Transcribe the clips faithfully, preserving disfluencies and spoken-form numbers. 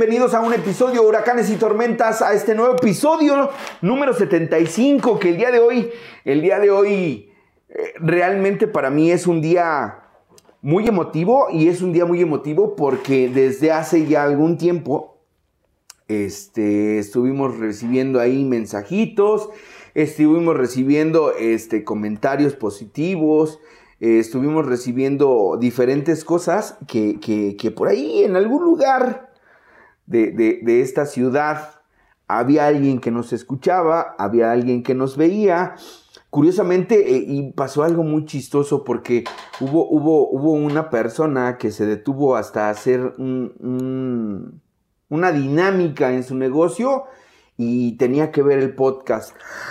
bienvenidos a un episodio de Huracanes y Tormentas, a este nuevo episodio número setenta y cinco, que el día de hoy, el día de hoy eh, realmente para mí es un día muy emotivo, y es un día muy emotivo porque desde hace ya algún tiempo este, estuvimos recibiendo ahí mensajitos, estuvimos recibiendo este, comentarios positivos, Eh, estuvimos recibiendo diferentes cosas que, que, que por ahí en algún lugar de, de, de esta ciudad había alguien que nos escuchaba, había alguien que nos veía. Curiosamente, eh, y pasó algo muy chistoso porque hubo, hubo, hubo una persona que se detuvo hasta hacer un, un, una dinámica en su negocio y tenía que ver el podcast.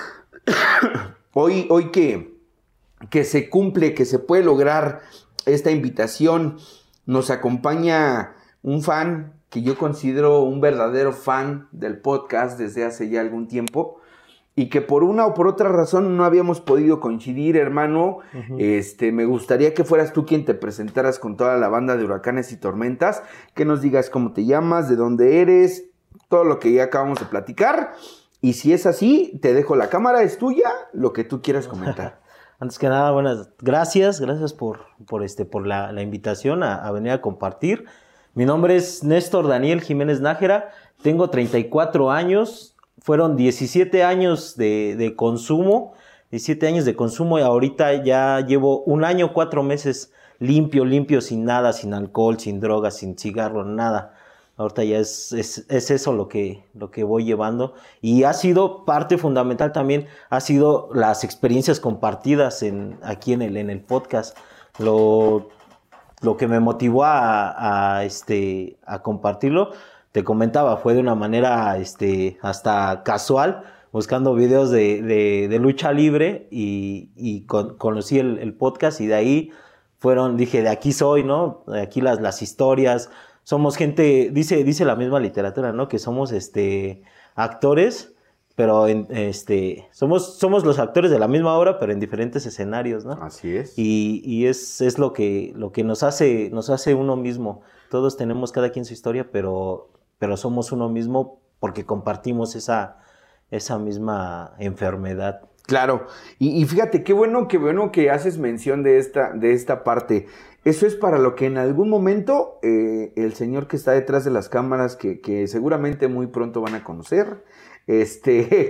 hoy, hoy que... que se cumple, que se puede lograr esta invitación, nos acompaña un fan que yo considero un verdadero fan del podcast desde hace ya algún tiempo, y que por una o por otra razón no habíamos podido coincidir, hermano. Uh-huh. Este, me gustaría que fueras tú quien te presentaras con toda la banda de Huracanes y Tormentas, que nos digas cómo te llamas, de dónde eres, todo lo que ya acabamos de platicar, y si es así, te dejo la cámara, es tuya, lo que tú quieras comentar. Antes que nada, buenas, gracias, gracias por, por, este, por la, la invitación a, a venir a compartir. Mi nombre es Néstor Daniel Jiménez Nájera, tengo treinta y cuatro años, fueron diecisiete años de, de consumo, diecisiete años de consumo, y ahorita ya llevo un año, cuatro meses limpio, limpio, sin nada, sin alcohol, sin drogas, sin cigarro, nada. Ahorita ya es, es, es eso lo que, lo que voy llevando, y ha sido parte fundamental también, ha sido las experiencias compartidas en, aquí en el, en el podcast, lo, lo que me motivó a, a, este, a compartirlo. Te comentaba, fue de una manera este, hasta casual, buscando videos de, de, de lucha libre, y, y con, conocí el, el podcast, y de ahí fueron, dije, de aquí soy, ¿no? De aquí las, las historias. Somos gente, dice, dice la misma literatura, ¿no? Que somos este, actores, pero en, este, somos, somos los actores de la misma obra, pero en diferentes escenarios, ¿no? Así es. Y, y es, es lo que, lo que nos hace, nos hace uno mismo. Todos tenemos cada quien su historia, pero, pero somos uno mismo porque compartimos esa, esa misma enfermedad. Claro, y, y fíjate, qué bueno, qué bueno que haces mención de esta, de esta parte. Eso es para lo que en algún momento eh, el señor que está detrás de las cámaras, que, que seguramente muy pronto van a conocer, este,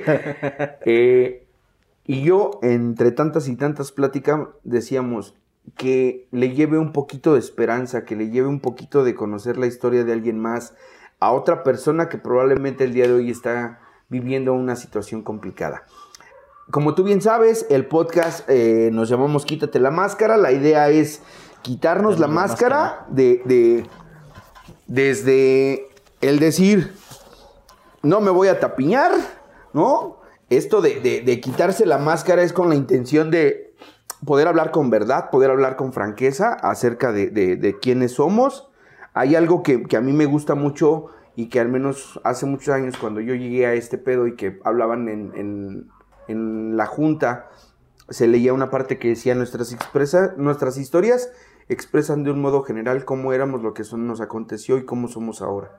eh, y yo, entre tantas y tantas pláticas, decíamos que le lleve un poquito de esperanza, que le lleve un poquito de conocer la historia de alguien más a otra persona que probablemente el día de hoy está viviendo una situación complicada. Como tú bien sabes, el podcast eh, nos llamamos Quítate la Máscara. La idea es quitarnos la, la máscara, máscara. De, de, desde el decir, no me voy a tapiñar, ¿no? Esto de, de, de quitarse la máscara es con la intención de poder hablar con verdad, poder hablar con franqueza acerca de, de, de quiénes somos. Hay algo que, que a mí me gusta mucho, y que al menos hace muchos años cuando yo llegué a este pedo y que hablaban en... en en la junta, se leía una parte que decía: nuestras, expresa, nuestras historias expresan de un modo general cómo éramos, lo que son, nos aconteció y cómo somos ahora.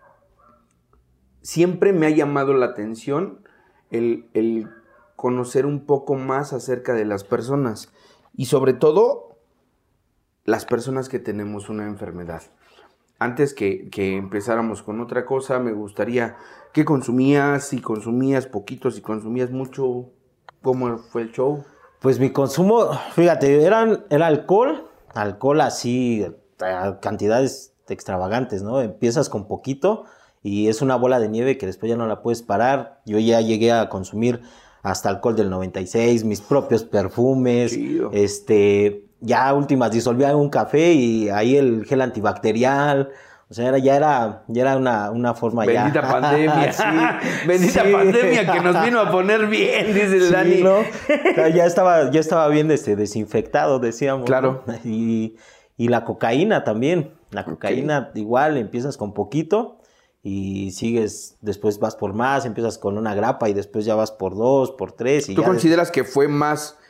Siempre me ha llamado la atención el, el conocer un poco más acerca de las personas, y sobre todo las personas que tenemos una enfermedad. Antes que, que empezáramos con otra cosa, me gustaría, ¿qué consumías? Si consumías poquito, si consumías mucho, ¿cómo fue el show? Pues mi consumo, fíjate, eran, era alcohol, alcohol así, a cantidades extravagantes, ¿no? Empiezas con poquito y es una bola de nieve que después ya no la puedes parar. Yo ya llegué a consumir hasta alcohol del noventa y seis, mis propios perfumes, Chido. este... Ya últimas disolvía un café y ahí el gel antibacterial. O sea, era, ya era, ya era una, una forma Bendita ya. pandemia. sí. Bendita sí. pandemia que nos vino a poner bien, dice el sí, Dani. ¿no? Ya estaba, ya estaba bien este, desinfectado, decíamos. Claro. ¿No? Y, y la cocaína también. La cocaína okay. igual, empiezas con poquito y sigues, después vas por más, empiezas con una grapa y después ya vas por dos, por tres. Y ¿Tú ya consideras des... que fue más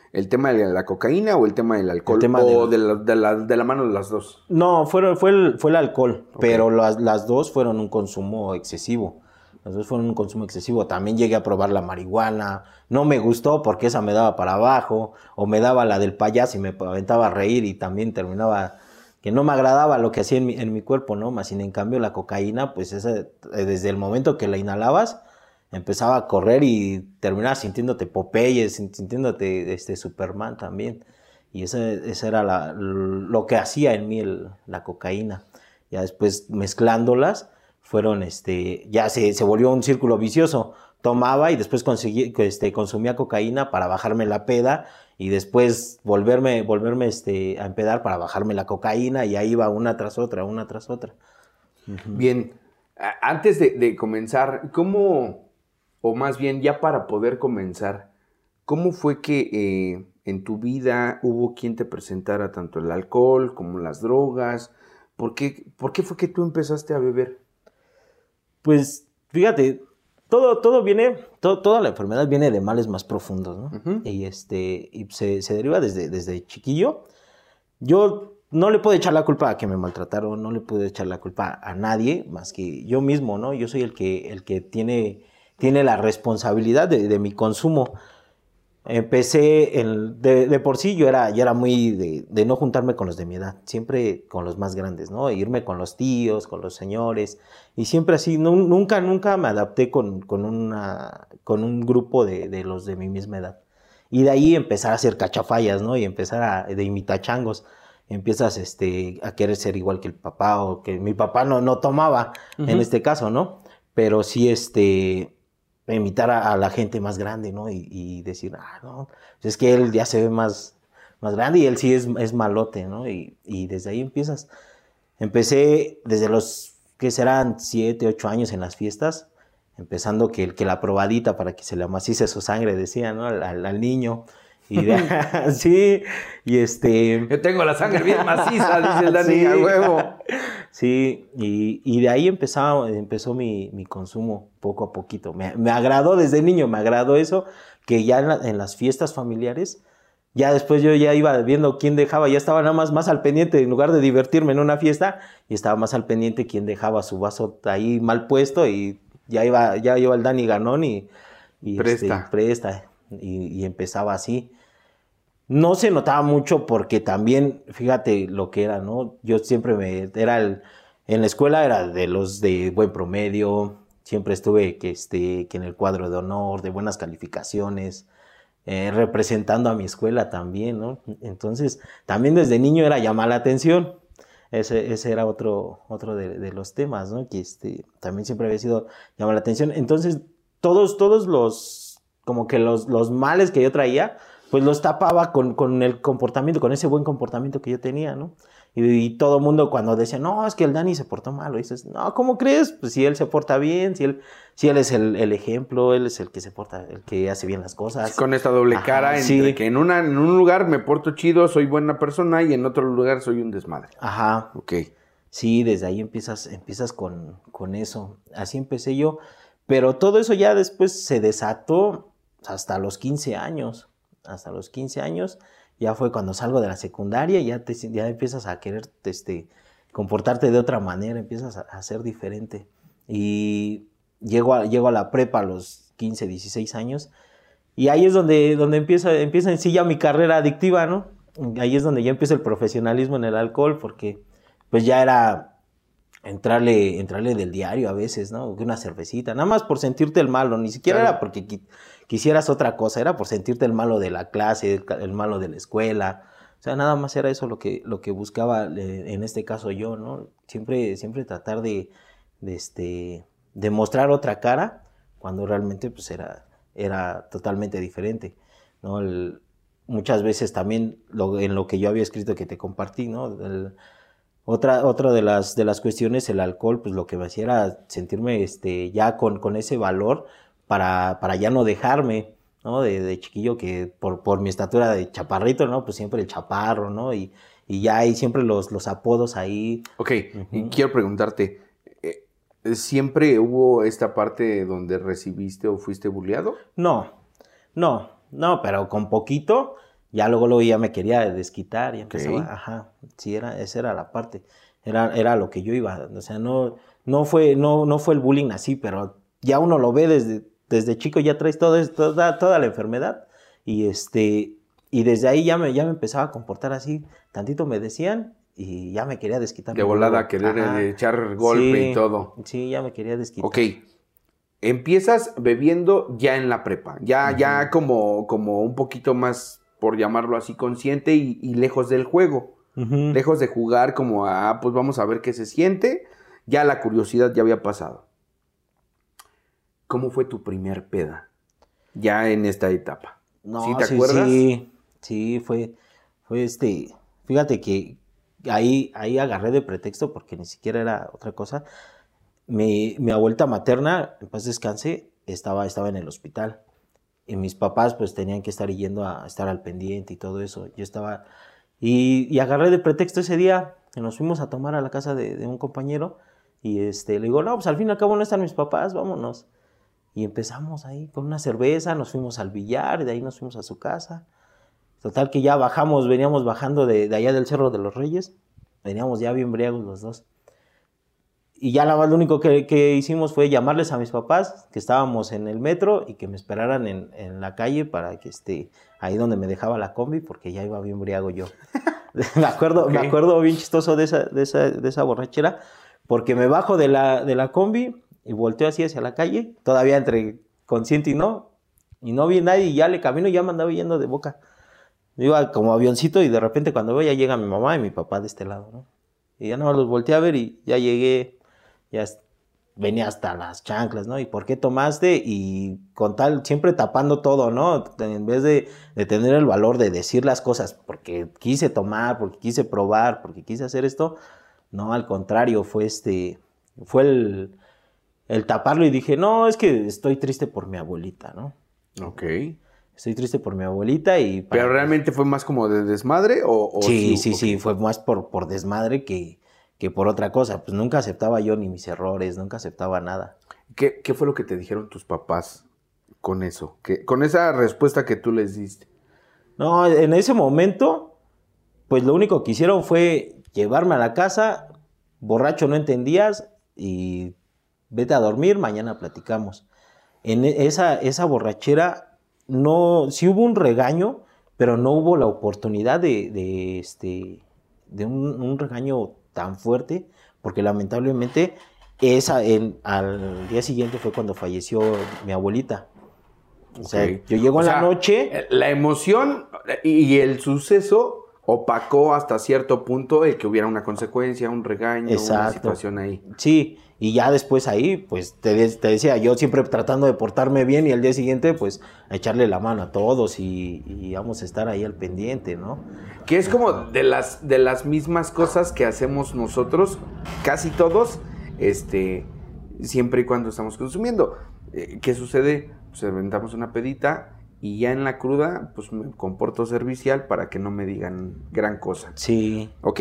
¿El tema de la cocaína o el tema del alcohol? El tema ¿O del- de, la, de, la, de la mano de las dos? No, fueron, fue, el, fue el alcohol, Ok. pero las, las dos fueron un consumo excesivo. Las dos fueron un consumo excesivo. También llegué a probar la marihuana. No me gustó porque esa me daba para abajo. O me daba la del payaso y me aventaba a reír y también terminaba... Que no me agradaba lo que hacía en mi, en mi cuerpo, ¿no? Más sin en cambio la cocaína, pues esa, eh, desde el momento que la inhalabas, empezaba a correr y terminabas sintiéndote Popeye, sintiéndote este, Superman también. Y ese, ese era la, lo que hacía en mí el, la cocaína. Ya después mezclándolas, fueron, este, ya se, se volvió un círculo vicioso. Tomaba y después conseguí, este, consumía cocaína para bajarme la peda y después volverme, volverme este, a empedar para bajarme la cocaína y ahí iba una tras otra, una tras otra. Uh-huh. Bien, a- antes de, de comenzar, ¿cómo, o más bien ya para poder comenzar, cómo fue que eh, en tu vida hubo quien te presentara tanto el alcohol como las drogas? ¿Por qué, por qué fue que tú empezaste a beber? Pues fíjate, todo, todo viene, todo, toda la enfermedad viene de males más profundos, ¿no? Uh-huh. Y, este, y se, se deriva desde, desde chiquillo. Yo no le puedo echar la culpa a que me maltrataron, no le puedo echar la culpa a nadie más que yo mismo, ¿no? Yo soy el que, el que tiene, tiene la responsabilidad de, de mi consumo. Empecé, en, de, de por sí yo era, yo era muy de, de no juntarme con los de mi edad, siempre con los más grandes, ¿no? Irme con los tíos, con los señores, y siempre así, no, nunca, nunca me adapté con, con, una, con un grupo de, de los de mi misma edad. Y de ahí empezar a hacer cachafallas, ¿no? Y empezar a, de imitachangos, empiezas este, a querer ser igual que el papá, o que mi papá no, no tomaba, uh-huh. En este caso, ¿no? Pero sí, este... imitar a, a la gente más grande, ¿no? Y, y decir, ah, no, es que él ya se ve más, más grande y él sí es, es malote, ¿no? Y, y desde ahí empiezas. Empecé desde los, que serán siete, ocho años en las fiestas, empezando que, que la probadita para que se le amacice su sangre, decía, ¿no? Al, al, al niño. Y de, sí, y este... Yo tengo la sangre bien maciza, dice el Dani, sí, a huevo. Sí, y, y de ahí empezó, empezó mi, mi consumo poco a poquito. Me, me agradó desde niño, me agradó eso, que ya en, la, en las fiestas familiares, ya después yo ya iba viendo quién dejaba, ya estaba nada más, más al pendiente, en lugar de divertirme en una fiesta, y estaba más al pendiente quién dejaba su vaso ahí mal puesto, y ya iba, ya iba el Dani Ganón y, y presta. Este, presta, y, y empezaba así. No se notaba mucho porque también, fíjate lo que era, ¿no? Yo siempre me, era el, en la escuela era de los de buen promedio, siempre estuve que, este, que en el cuadro de honor, de buenas calificaciones, eh, representando a mi escuela también, ¿no? Entonces, también desde niño era llamar la atención, ese, ese era otro, otro de, de los temas, ¿no? Que este, también siempre había sido llamar la atención. Entonces, todos, todos los, como que los, los males que yo traía, pues los tapaba con, con el comportamiento, con ese buen comportamiento que yo tenía, ¿no? Y, y todo el mundo cuando decía, no, es que el Dani se portó mal, y dices, no, ¿cómo crees? Pues si él se porta bien, si él, si él es el, el ejemplo, él es el que se porta, el que hace bien las cosas. Con esta doble Ajá, cara, entre sí. que en, una, en un lugar me porto chido, soy buena persona, y en otro lugar soy un desmadre. Ajá. Ok. Sí, desde ahí empiezas, empiezas con, con eso. Así empecé yo. Pero todo eso ya después se desató hasta los quince años. Hasta los quince años, ya fue cuando salgo de la secundaria, ya, te, ya empiezas a querer este, comportarte de otra manera, empiezas a, a ser diferente. Y llego a, llego a la prepa a los quince, dieciséis años, y ahí es donde, donde empieza, empieza en sí ya mi carrera adictiva, ¿no? Ahí es donde ya empieza el profesionalismo en el alcohol, porque pues ya era entrarle, entrarle del diario a veces, ¿no? Una cervecita, nada más por sentirte el malo, ni siquiera claro. Era porque quisieras otra cosa, era por sentirte el malo de la clase, el, el malo de la escuela, o sea, nada más era eso lo que, lo que buscaba en este caso yo, ¿no? Siempre, siempre tratar de, de, este, de mostrar otra cara cuando realmente pues era, era totalmente diferente, ¿no? El, muchas veces también lo, en lo que yo había escrito que te compartí, ¿no? El, Otra, otra de las, de las cuestiones, el alcohol, pues lo que me hacía era sentirme este, ya con, con ese valor para, para ya no dejarme, ¿no? De, de chiquillo que por, por mi estatura de chaparrito, ¿no? Pues siempre el chaparro, ¿no? Y, y ya hay siempre los, los apodos ahí. Ok, uh-huh. Y quiero preguntarte, eh, ¿siempre hubo esta parte donde recibiste o fuiste bulleado? No, no, no, pero con poquito... Ya luego, luego ya me quería desquitar, ya empezaba, Ok. ajá, sí, era, esa era la parte, era, era lo que yo iba, o sea, no, no fue, no, no fue el bullying así, pero ya uno lo ve desde, desde chico, ya traes todo, es- toda, toda la enfermedad, y este, y desde ahí ya me, ya me empezaba a comportar así, tantito me decían, y ya me quería desquitar De luego, volada luego, querer eh, ajá, echar golpe y sí, todo. sí, ya me quería Ok. desquitar. Empiezas bebiendo ya en la prepa, ya, ya Ujú, como, como un poquito más, por llamarlo así, consciente y, y lejos del juego. ujú. Lejos de jugar como, ah, pues vamos a ver qué se siente. Ya la curiosidad ya había pasado. ¿Cómo fue tu primer peda? Ya en esta etapa. ¿Sí No, te sí, acuerdas? sí, sí, fue, fue este, fíjate que ahí, ahí agarré de pretexto porque ni siquiera era otra cosa. Mi, mi abuelita materna, en paz descanse, estaba, estaba en el hospital y mis papás pues tenían que estar yendo a estar al pendiente y todo eso. Yo estaba, y, y agarré de pretexto ese día que nos fuimos a tomar a la casa de, de un compañero y este, le digo, no, pues al fin y al cabo no están mis papás, vámonos. Y empezamos ahí con una cerveza, nos fuimos al billar, y de ahí nos fuimos a su casa. Total que ya bajamos, veníamos bajando de, de allá del Cerro de los Reyes, veníamos ya bien briagos los dos. Y ya nada más lo único que, que hicimos fue llamarles a mis papás, que estábamos en el metro y que me esperaran en, en la calle para que esté ahí donde me dejaba la combi, porque ya iba bien briago yo. me acuerdo, Ok. me acuerdo bien chistoso de esa, de esa, de esa borrachera, porque me bajo de la, de la combi y volteo así hacia la calle, todavía entre consciente y no, y no vi a nadie y ya le camino y ya me andaba yendo de boca. Iba como avioncito y de repente cuando veo ya llega mi mamá y mi papá de este lado, ¿no? Y ya no los volteé a ver y ya llegué, ya venía hasta las chanclas, ¿no? ¿Y por qué tomaste? Y con tal, siempre tapando todo, ¿no? En vez de, de tener el valor de decir las cosas, porque quise tomar, porque quise probar, porque quise hacer esto, no, al contrario, fue este, fue el, el taparlo y dije, no, es que estoy triste por mi abuelita, ¿no? Ok. Estoy triste por mi abuelita y ¿Pero para que... realmente fue más como de desmadre o, o sí? Sí, sí, Ok. sí, fue más por, por desmadre que, que por otra cosa. Pues nunca aceptaba yo ni mis errores, nunca aceptaba nada. ¿Qué, qué fue lo que te dijeron tus papás con eso? Que, con esa respuesta que tú les diste. No, en ese momento, pues lo único que hicieron fue llevarme a la casa, borracho no entendías y vete a dormir, mañana platicamos. En e- esa, esa borrachera, no, sí hubo un regaño, pero no hubo la oportunidad de, de, este, de un, un regaño tan fuerte, porque lamentablemente esa, en, al día siguiente fue cuando falleció mi abuelita. O Ok. sea, yo llego O en la sea, noche. eh, la emoción y el suceso opacó hasta cierto punto el que hubiera una consecuencia, un regaño, una Exacto. situación ahí. Sí, y ya después ahí, pues te, de- te decía, yo siempre tratando de portarme bien y al día siguiente, pues a echarle la mano a todos y, y vamos a estar ahí al pendiente, ¿no? Que es como de las, de las mismas cosas que hacemos nosotros, casi todos, este, siempre y cuando estamos consumiendo. Eh, ¿Qué sucede? Pues aventamos una pedita y ya en la cruda, pues me comporto servicial para que no me digan gran cosa. Sí. Ok,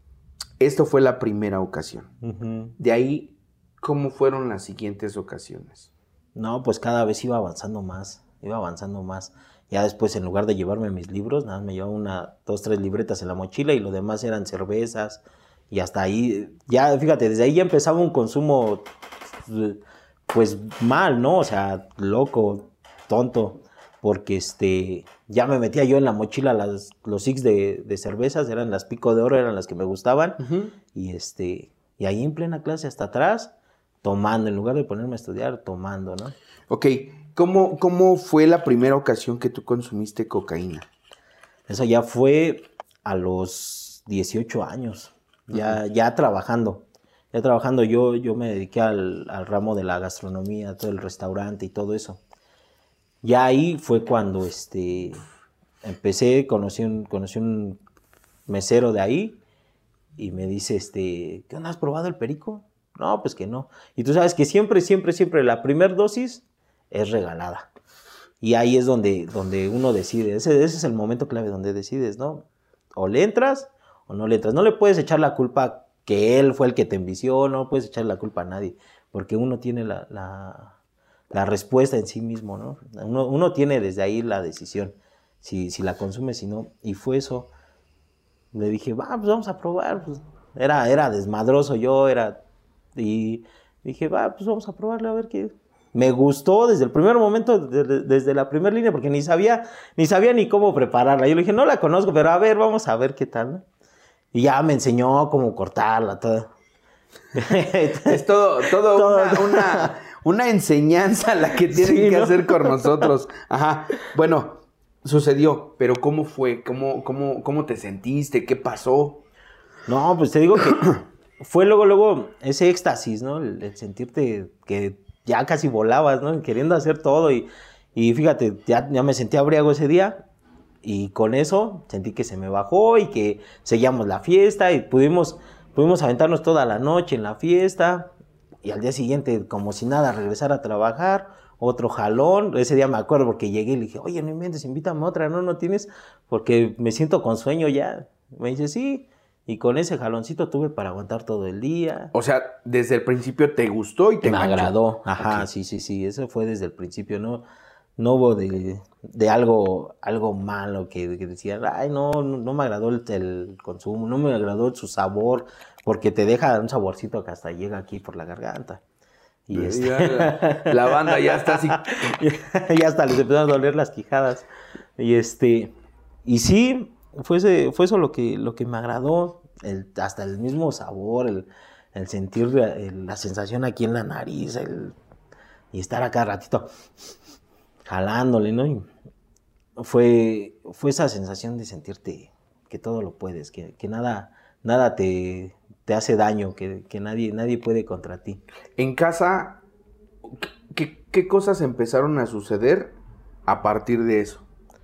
esto fue la primera ocasión. Ujú. De ahí, ¿cómo fueron las siguientes ocasiones? No, pues cada vez iba avanzando más, iba avanzando más. Ya después, en lugar de llevarme mis libros, nada, me llevaba una, dos, tres libretas en la mochila y lo demás eran cervezas. Y hasta ahí, ya, fíjate, desde ahí ya empezaba un consumo, pues mal, ¿no? O sea, loco, tonto, porque este, ya me metía yo en la mochila las, los six de, de cervezas, eran las Pico de Oro, eran las que me gustaban. Uh-huh. Y este, y ahí en plena clase hasta atrás, tomando, en lugar de ponerme a estudiar, tomando, ¿no? Ok, ¿cómo, ¿cómo fue la primera ocasión que tú consumiste cocaína? Eso ya fue a los dieciocho años, ya, Uh-huh. ya trabajando. Ya trabajando, yo, yo me dediqué al, al ramo de la gastronomía, todo el restaurante y todo eso. Ya ahí fue cuando este, empecé, conocí un, conocí un mesero de ahí y me dice, este, ¿qué onda, has probado el perico? No, pues que no. Y tú sabes que siempre, siempre, siempre la primer dosis es regalada. Y ahí es donde, donde uno decide, ese, ese es el momento clave donde decides, ¿no? O le entras o no le entras. No le puedes echar la culpa que él fue el que te envició, no puedes echar la culpa a nadie, porque uno tiene la, la, la respuesta en sí mismo, ¿no? Uno, uno tiene desde ahí la decisión. si, si la consumes, si no. Y fue eso. Le dije, va, pues vamos a probar. Pues, era, era desmadroso yo, era... Y dije, va, pues vamos a probarle a ver qué... Me gustó desde el primer momento, de, de, desde la primera línea, porque ni sabía, ni sabía ni cómo prepararla. Yo le dije, no la conozco, pero a ver, vamos a ver qué tal, ¿no? Y ya me enseñó cómo cortarla, todo. Es todo, todo, todo. Una, una, una enseñanza la que tienen sí, que ¿no? hacer con nosotros. Ajá. Bueno, sucedió, pero ¿cómo fue? ¿Cómo, cómo, cómo te sentiste? ¿Qué pasó? No, pues te digo que fue luego, luego ese éxtasis, ¿no? El, el sentirte que ya casi volabas, ¿no? Queriendo hacer todo y, y fíjate, ya, ya me sentí abriago ese día y con eso sentí que se me bajó y que seguíamos la fiesta y pudimos, pudimos aventarnos toda la noche en la fiesta y al día siguiente, como si nada, regresar a trabajar, otro jalón. Ese día me acuerdo porque llegué y le dije, oye, no inventes, invítame otra, no, no tienes, porque me siento con sueño ya. Me dice, sí. Y con ese jaloncito tuve para aguantar todo el día. O sea, desde el principio te gustó y te Me enganchó. agradó, ajá, okay. sí, sí, sí, eso fue desde el principio, no, no hubo de, de algo, algo malo que, que decía, ay, no, no, no me agradó el, el consumo, no me agradó su sabor, porque te deja un saborcito que hasta llega aquí por la garganta. Y este... ya, la, la banda ya está así. Ya hasta les empezaron a doler las quijadas. Y este, y sí... Fue, ese, fue eso lo que, lo que me agradó, el, hasta el mismo sabor, el, el sentir el, la sensación aquí en la nariz, el, y estar acá ratito jalándole, ¿no? Y fue, fue esa sensación de sentirte que todo lo puedes, que, que nada, nada te, te hace daño, que, que nadie, nadie puede contra ti. En casa, ¿qué, qué cosas empezaron a suceder a partir de eso?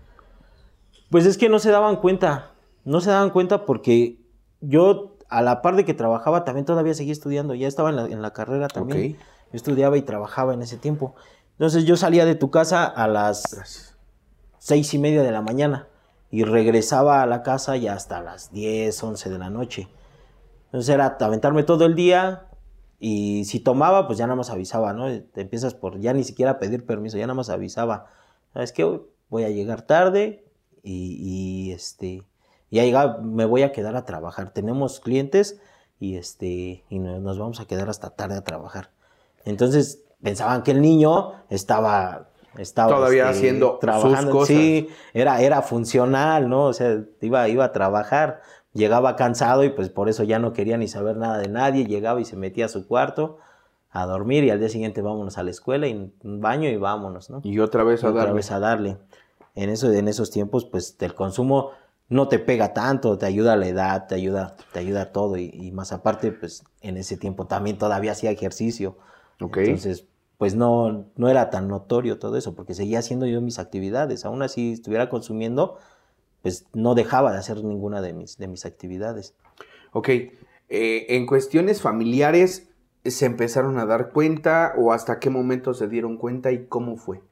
Pues es que no se daban cuenta, no se daban cuenta porque yo a la par de que trabajaba también todavía seguía estudiando, ya estaba en la, en la carrera también, okay. Yo estudiaba y trabajaba en ese tiempo. Entonces yo salía de tu casa a las Gracias. seis y media de la mañana y regresaba a la casa ya hasta las diez, once de la noche. Entonces era aventarme todo el día y si tomaba pues ya nada más avisaba, ¿no? Te empiezas por ya ni siquiera pedir permiso, ya nada más avisaba, ¿sabes qué? Voy a llegar tarde. Y, y este ya llega, me voy a quedar a trabajar. Tenemos clientes y este y nos vamos a quedar hasta tarde a trabajar. Entonces pensaban que el niño estaba, estaba todavía este, haciendo trabajando. sus cosas. Sí, era, era funcional, ¿no? O sea, iba, iba a trabajar, llegaba cansado y pues por eso ya no quería ni saber nada de nadie. Llegaba y se metía a su cuarto a dormir y al día siguiente vámonos a la escuela y un baño y vámonos, ¿no? Y otra vez a y otra darle. vez a darle. En, eso, en esos tiempos, pues, el consumo no te pega tanto, te ayuda a la edad, te ayuda, te ayuda a todo. Y, y más aparte, pues, en ese tiempo también todavía hacía ejercicio. Okay. Entonces, pues, no, no era tan notorio todo eso, porque seguía haciendo yo mis actividades. Aún así, estuviera consumiendo, pues, no dejaba de hacer ninguna de mis, de mis actividades. Ok. Eh, en cuestiones familiares, ¿se empezaron a dar cuenta o hasta qué momento se dieron cuenta y cómo fue?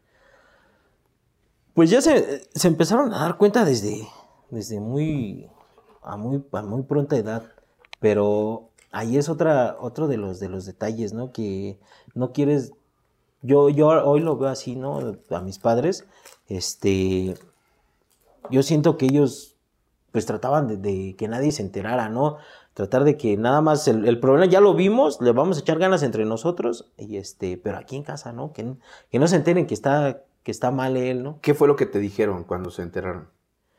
Pues ya se, se empezaron a dar cuenta desde, desde muy, a muy, a muy pronta edad, pero ahí es otra, otro de los, de los detalles, ¿no? Que no quieres, yo, yo hoy lo veo así, ¿no? A mis padres, este, yo siento que ellos, pues trataban de, de que nadie se enterara, ¿no? Tratar de que nada más, el, el problema ya lo vimos, le vamos a echar ganas entre nosotros, y este, pero aquí en casa, ¿no? Que, que no se enteren que está... que está mal él, ¿no? ¿Qué fue lo que te dijeron cuando se enteraron?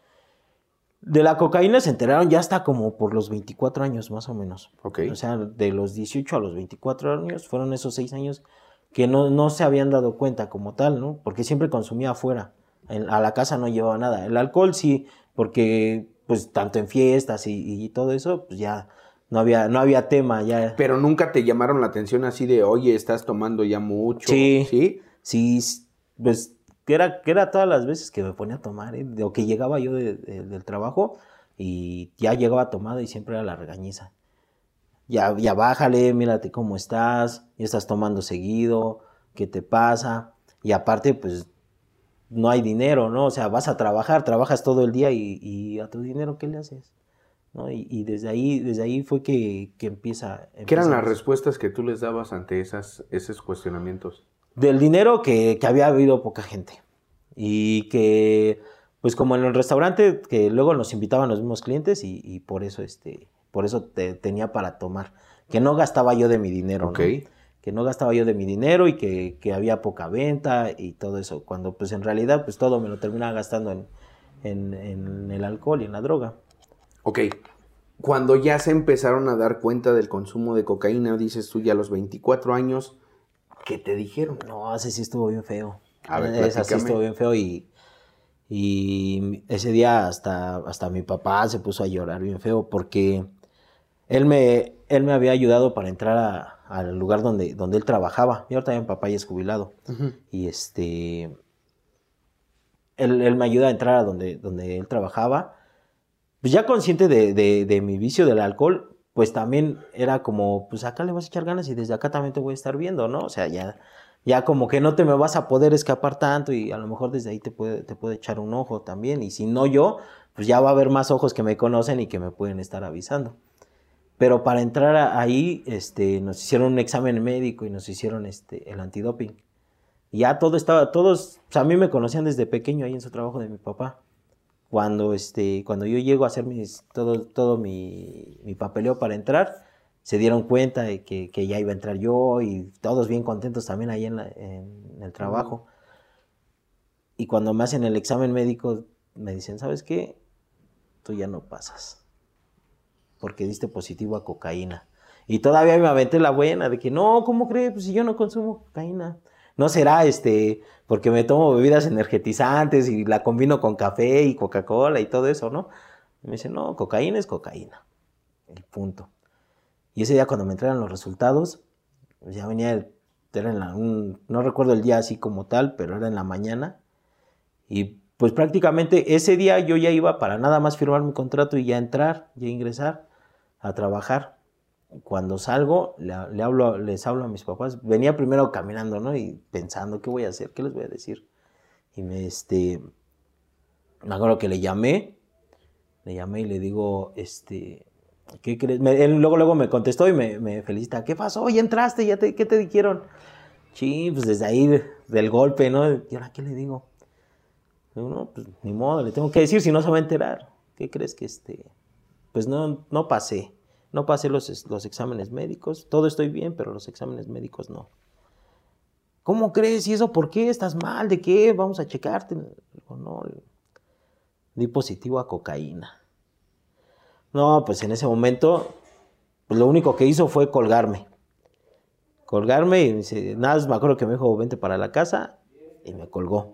De la cocaína se enteraron ya hasta como por los veinticuatro años, más o menos. Ok. O sea, de los dieciocho a los veinticuatro años, fueron esos seis años que no, no se habían dado cuenta como tal, ¿no? Porque siempre consumía afuera. En, a la casa no llevaba nada. El alcohol sí, porque pues tanto en fiestas y, y todo eso, pues ya no había, no había tema. Ya. Pero nunca te llamaron la atención así de, oye, estás tomando ya mucho. Sí. Sí. Sí, pues... Que era, que era todas las veces que me ponía a tomar, ¿eh? O que llegaba yo de, de, del trabajo y ya llegaba tomado y siempre era la regañiza. Ya, ya bájale, mírate cómo estás, ya estás tomando seguido, ¿qué te pasa? Y aparte, pues, no hay dinero, ¿no? O sea, vas a trabajar, trabajas todo el día y, y a tu dinero, ¿qué le haces? ¿No? Y, y desde ahí, desde ahí fue que, que empieza... ¿Qué empieza eran las respuestas que tú les dabas ante esas, esos cuestionamientos? Del dinero que, que había habido poca gente y que pues como en el restaurante, que luego nos invitaban los mismos clientes y, y por eso, este, por eso te, tenía para tomar. Que no gastaba yo de mi dinero, okay. ¿no? Que no gastaba yo de mi dinero y que, que había poca venta y todo eso. Cuando pues en realidad pues todo me lo terminaba gastando en, en, en el alcohol y en la droga. Ok. Cuando ya se empezaron a dar cuenta del consumo de cocaína, dices tú ya a los veinticuatro años, ¿qué te dijeron? No, ese sí estuvo bien feo. A ver, Ese sí estuvo bien feo y, y ese día hasta, hasta mi papá se puso a llorar bien feo porque él me, él me había ayudado para entrar a, al lugar donde, donde él trabajaba. Y ahorita mi papá ya es jubilado. Uh-huh. Y este, él, él me ayuda a entrar a donde, donde él trabajaba. Pues ya consciente de, de, de mi vicio del alcohol, pues también era como, pues acá le vas a echar ganas y desde acá también te voy a estar viendo, ¿no? O sea, ya, ya como que no te me vas a poder escapar tanto y a lo mejor desde ahí te puede, te puede echar un ojo también. Y si no yo, pues ya va a haber más ojos que me conocen y que me pueden estar avisando. Pero para entrar a, ahí, este, nos hicieron un examen médico y nos hicieron este, el antidoping. Y ya todo estaba, todos, o sea, a mí me conocían desde pequeño ahí en su trabajo de mi papá. Cuando, este, cuando yo llego a hacer mis, todo, todo mi, mi papeleo para entrar, se dieron cuenta de que, que ya iba a entrar yo y todos bien contentos también ahí en, la, en el trabajo. Uh-huh. Y cuando me hacen el examen médico, me dicen, ¿sabes qué? Tú ya no pasas. Porque diste positivo a cocaína. Y todavía me aventé la buena de que, no, ¿cómo crees? Pues si yo no consumo cocaína. No será este, porque me tomo bebidas energetizantes y la combino con café y Coca-Cola y todo eso, ¿no? Y me dice, no, cocaína es cocaína. El punto. Y ese día cuando me entregan los resultados, pues ya venía, era en la, un, no recuerdo el día así como tal, pero era en la mañana. Y pues prácticamente ese día yo ya iba para nada más firmar mi contrato y ya entrar, ya ingresar a trabajar. Cuando salgo, le, le hablo, les hablo a mis papás. Venía primero caminando, ¿no? Y pensando, ¿qué voy a hacer? ¿Qué les voy a decir? Y me, este, me acuerdo que le llamé, le llamé y le digo, este, ¿qué crees? Me, él luego, luego me contestó y me, me felicita. ¿Qué pasó? ¿Ya entraste? ¿Ya te, ¿Qué te dijeron? Sí, pues desde ahí, de, del golpe, ¿no? ¿Y ahora qué le digo? Digo, no, pues ni modo, le tengo que decir si no se va a enterar. ¿Qué crees que este? Pues no, no pasé. No pasé los, los exámenes médicos. Todo estoy bien, pero los exámenes médicos no. ¿Cómo crees? ¿Y eso por qué? ¿Estás mal? ¿De qué? Vamos a checarte. Digo, no, di positivo a cocaína. No, pues en ese momento, pues lo único que hizo fue colgarme. Colgarme y me dice, nada, me acuerdo que me dijo, vente para la casa, y me colgó.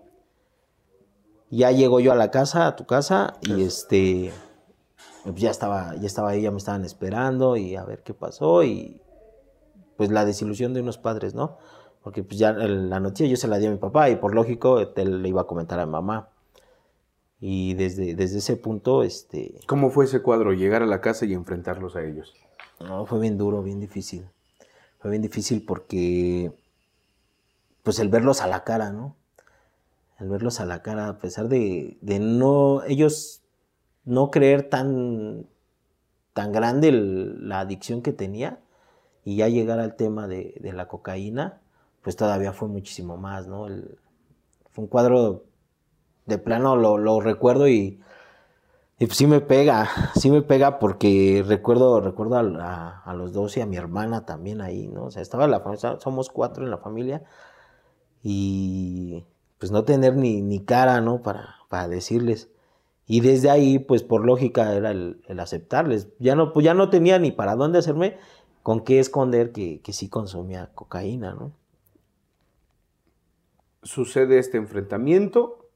Ya llego yo a la casa, a tu casa, y este... Pues ya estaba, ya estaba ahí, ya me estaban esperando y a ver qué pasó y pues la desilusión de unos padres, ¿no? Porque pues ya la noticia yo se la di a mi papá y por lógico te le iba a comentar a mi mamá. Y desde, desde ese punto, este... ¿Cómo fue ese cuadro? Llegar a la casa y enfrentarlos a ellos. No, fue bien duro, bien difícil. Fue bien difícil porque pues el verlos a la cara, ¿no? El verlos a la cara, a pesar de, de no... Ellos... no creer tan, tan grande el, la adicción que tenía y ya llegar al tema de, de la cocaína, pues todavía fue muchísimo más, ¿no? El, fue un cuadro de plano, lo, lo recuerdo y, y pues sí me pega, sí me pega porque recuerdo, recuerdo a, a, a los dos y a mi hermana también ahí, ¿no? O sea, estaba la familia, somos cuatro en la familia y pues no tener ni, ni cara, ¿no? Para, para decirles. Y desde ahí, pues por lógica era el, el aceptarles. Ya no, pues ya no tenía ni para dónde hacerme, con qué esconder que, que sí consumía cocaína, ¿no? Sucede este enfrentamiento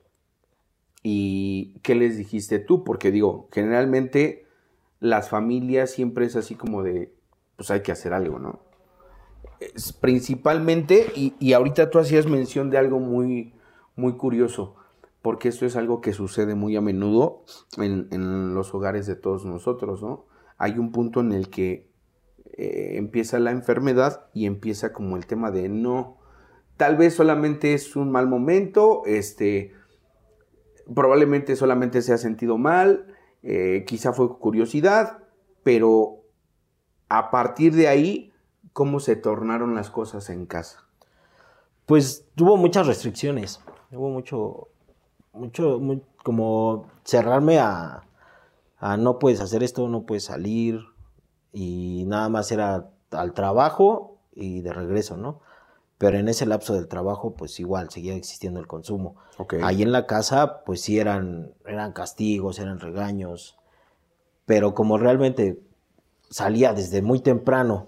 y ¿qué les dijiste tú? Porque digo, generalmente las familias siempre es así como de, pues hay que hacer algo, ¿no? Es principalmente, y, y ahorita tú hacías mención de algo muy, muy curioso, porque esto es algo que sucede muy a menudo en, en los hogares de todos nosotros, ¿no? Hay un punto en el que eh, empieza la enfermedad y empieza como el tema de no, tal vez solamente es un mal momento, este, probablemente solamente se ha sentido mal, eh, quizá fue curiosidad, pero a partir de ahí, ¿cómo se tornaron las cosas en casa? Pues tuvo muchas restricciones, hubo mucho... Mucho, muy, como cerrarme a, a no puedes hacer esto, no puedes salir, y nada más era al trabajo y de regreso, ¿no? Pero en ese lapso del trabajo, pues igual seguía existiendo el consumo. Okay. Ahí en la casa, pues sí eran, eran castigos, eran regaños, pero como realmente salía desde muy temprano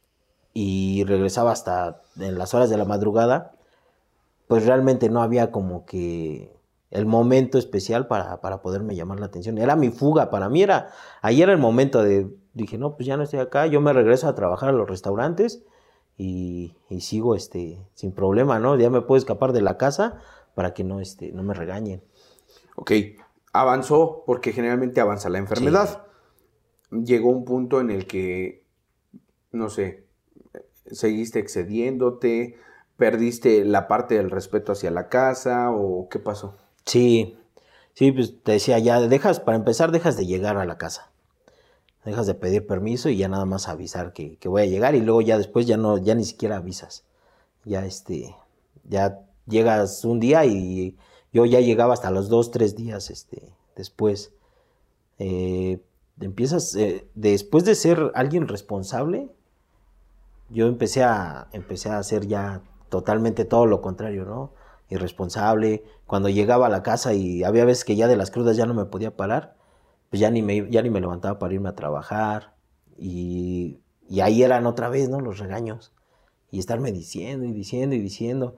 y regresaba hasta en las horas de la madrugada, pues realmente no había como que el momento especial para, para poderme llamar la atención. Era mi fuga, para mí era, ahí era el momento de, dije, no, pues ya no estoy acá, yo me regreso a trabajar a los restaurantes y, y sigo este, sin problema, ¿no? Ya me puedo escapar de la casa para que no, este, no me regañen. Ok, avanzó porque generalmente avanza la enfermedad. Sí. Llegó un punto en el que, no sé, seguiste excediéndote, perdiste la parte del respeto hacia la casa o qué pasó. Sí, sí, pues te decía, ya dejas, para empezar, dejas de llegar a la casa. Dejas de pedir permiso y ya nada más avisar que, que voy a llegar, y luego ya después ya no, ya ni siquiera avisas. Ya este, ya llegas un día y yo ya llegaba hasta los dos, tres días este, después. Eh, empiezas, eh, después de ser alguien responsable, yo empecé a, empecé a hacer ya totalmente todo lo contrario, ¿no? Irresponsable. Cuando llegaba a la casa y había veces que ya de las crudas ya no me podía parar, pues ya ni me, ya ni me levantaba para irme a trabajar. Y, y ahí eran otra vez, ¿no? Los regaños. Y estarme diciendo y diciendo y diciendo.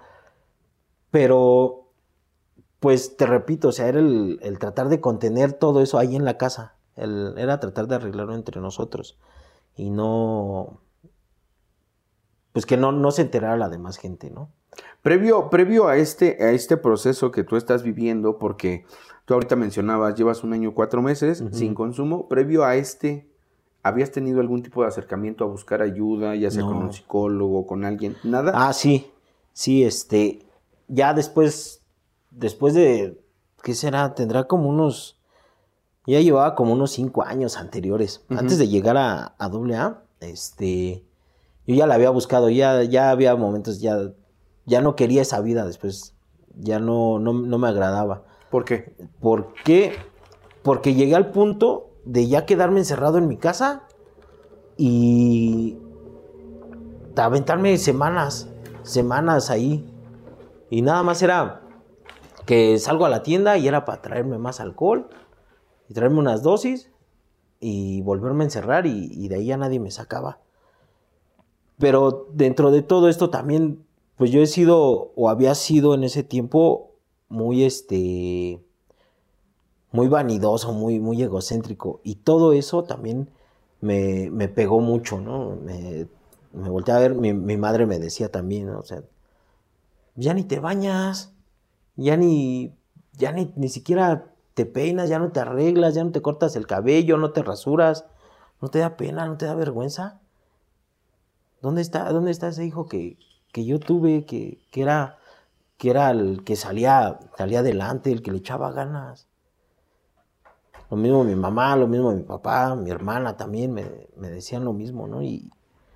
Pero, pues te repito, o sea, era el, el tratar de contener todo eso ahí en la casa. El, era tratar de arreglarlo entre nosotros. Y no... pues que no, no se enterara la demás gente, ¿no? Previo, previo a, este, a este proceso que tú estás viviendo, porque tú ahorita mencionabas, llevas un año, cuatro meses uh-huh. sin consumo, previo a este, ¿habías tenido algún tipo de acercamiento a buscar ayuda, ya sea no. con un psicólogo, con alguien? ¿Nada? Ah, sí, sí, este, ya después, después de, ¿qué será? Tendrá como unos, ya llevaba como unos cinco años anteriores, uh-huh. antes de llegar a, a doble A, este... yo ya la había buscado, ya, ya había momentos, ya, ya no quería esa vida después, ya no, no, no me agradaba. ¿Por qué? ¿Por qué? Porque llegué al punto de ya quedarme encerrado en mi casa y aventarme semanas, semanas ahí. Y nada más era que salgo a la tienda y era para traerme más alcohol y traerme unas dosis y volverme a encerrar y, y de ahí ya nadie me sacaba. Pero dentro de todo esto también, pues yo he sido, o había sido en ese tiempo, muy este, muy vanidoso, muy, muy egocéntrico. Y todo eso también me, me pegó mucho, ¿no? Me, me volteé a ver, mi, mi madre me decía también, ¿no? O sea, ya ni te bañas, ya ni, ya ni, ni siquiera te peinas, ya no te arreglas, ya no te cortas el cabello, no te rasuras, no te da pena, no te da vergüenza. ¿Dónde está, dónde está ese hijo que, que yo tuve, que, que, era, que era el que salía, salía adelante, el que le echaba ganas? Lo mismo mi mamá, lo mismo mi papá, mi hermana también me, me decían lo mismo, ¿no? Y,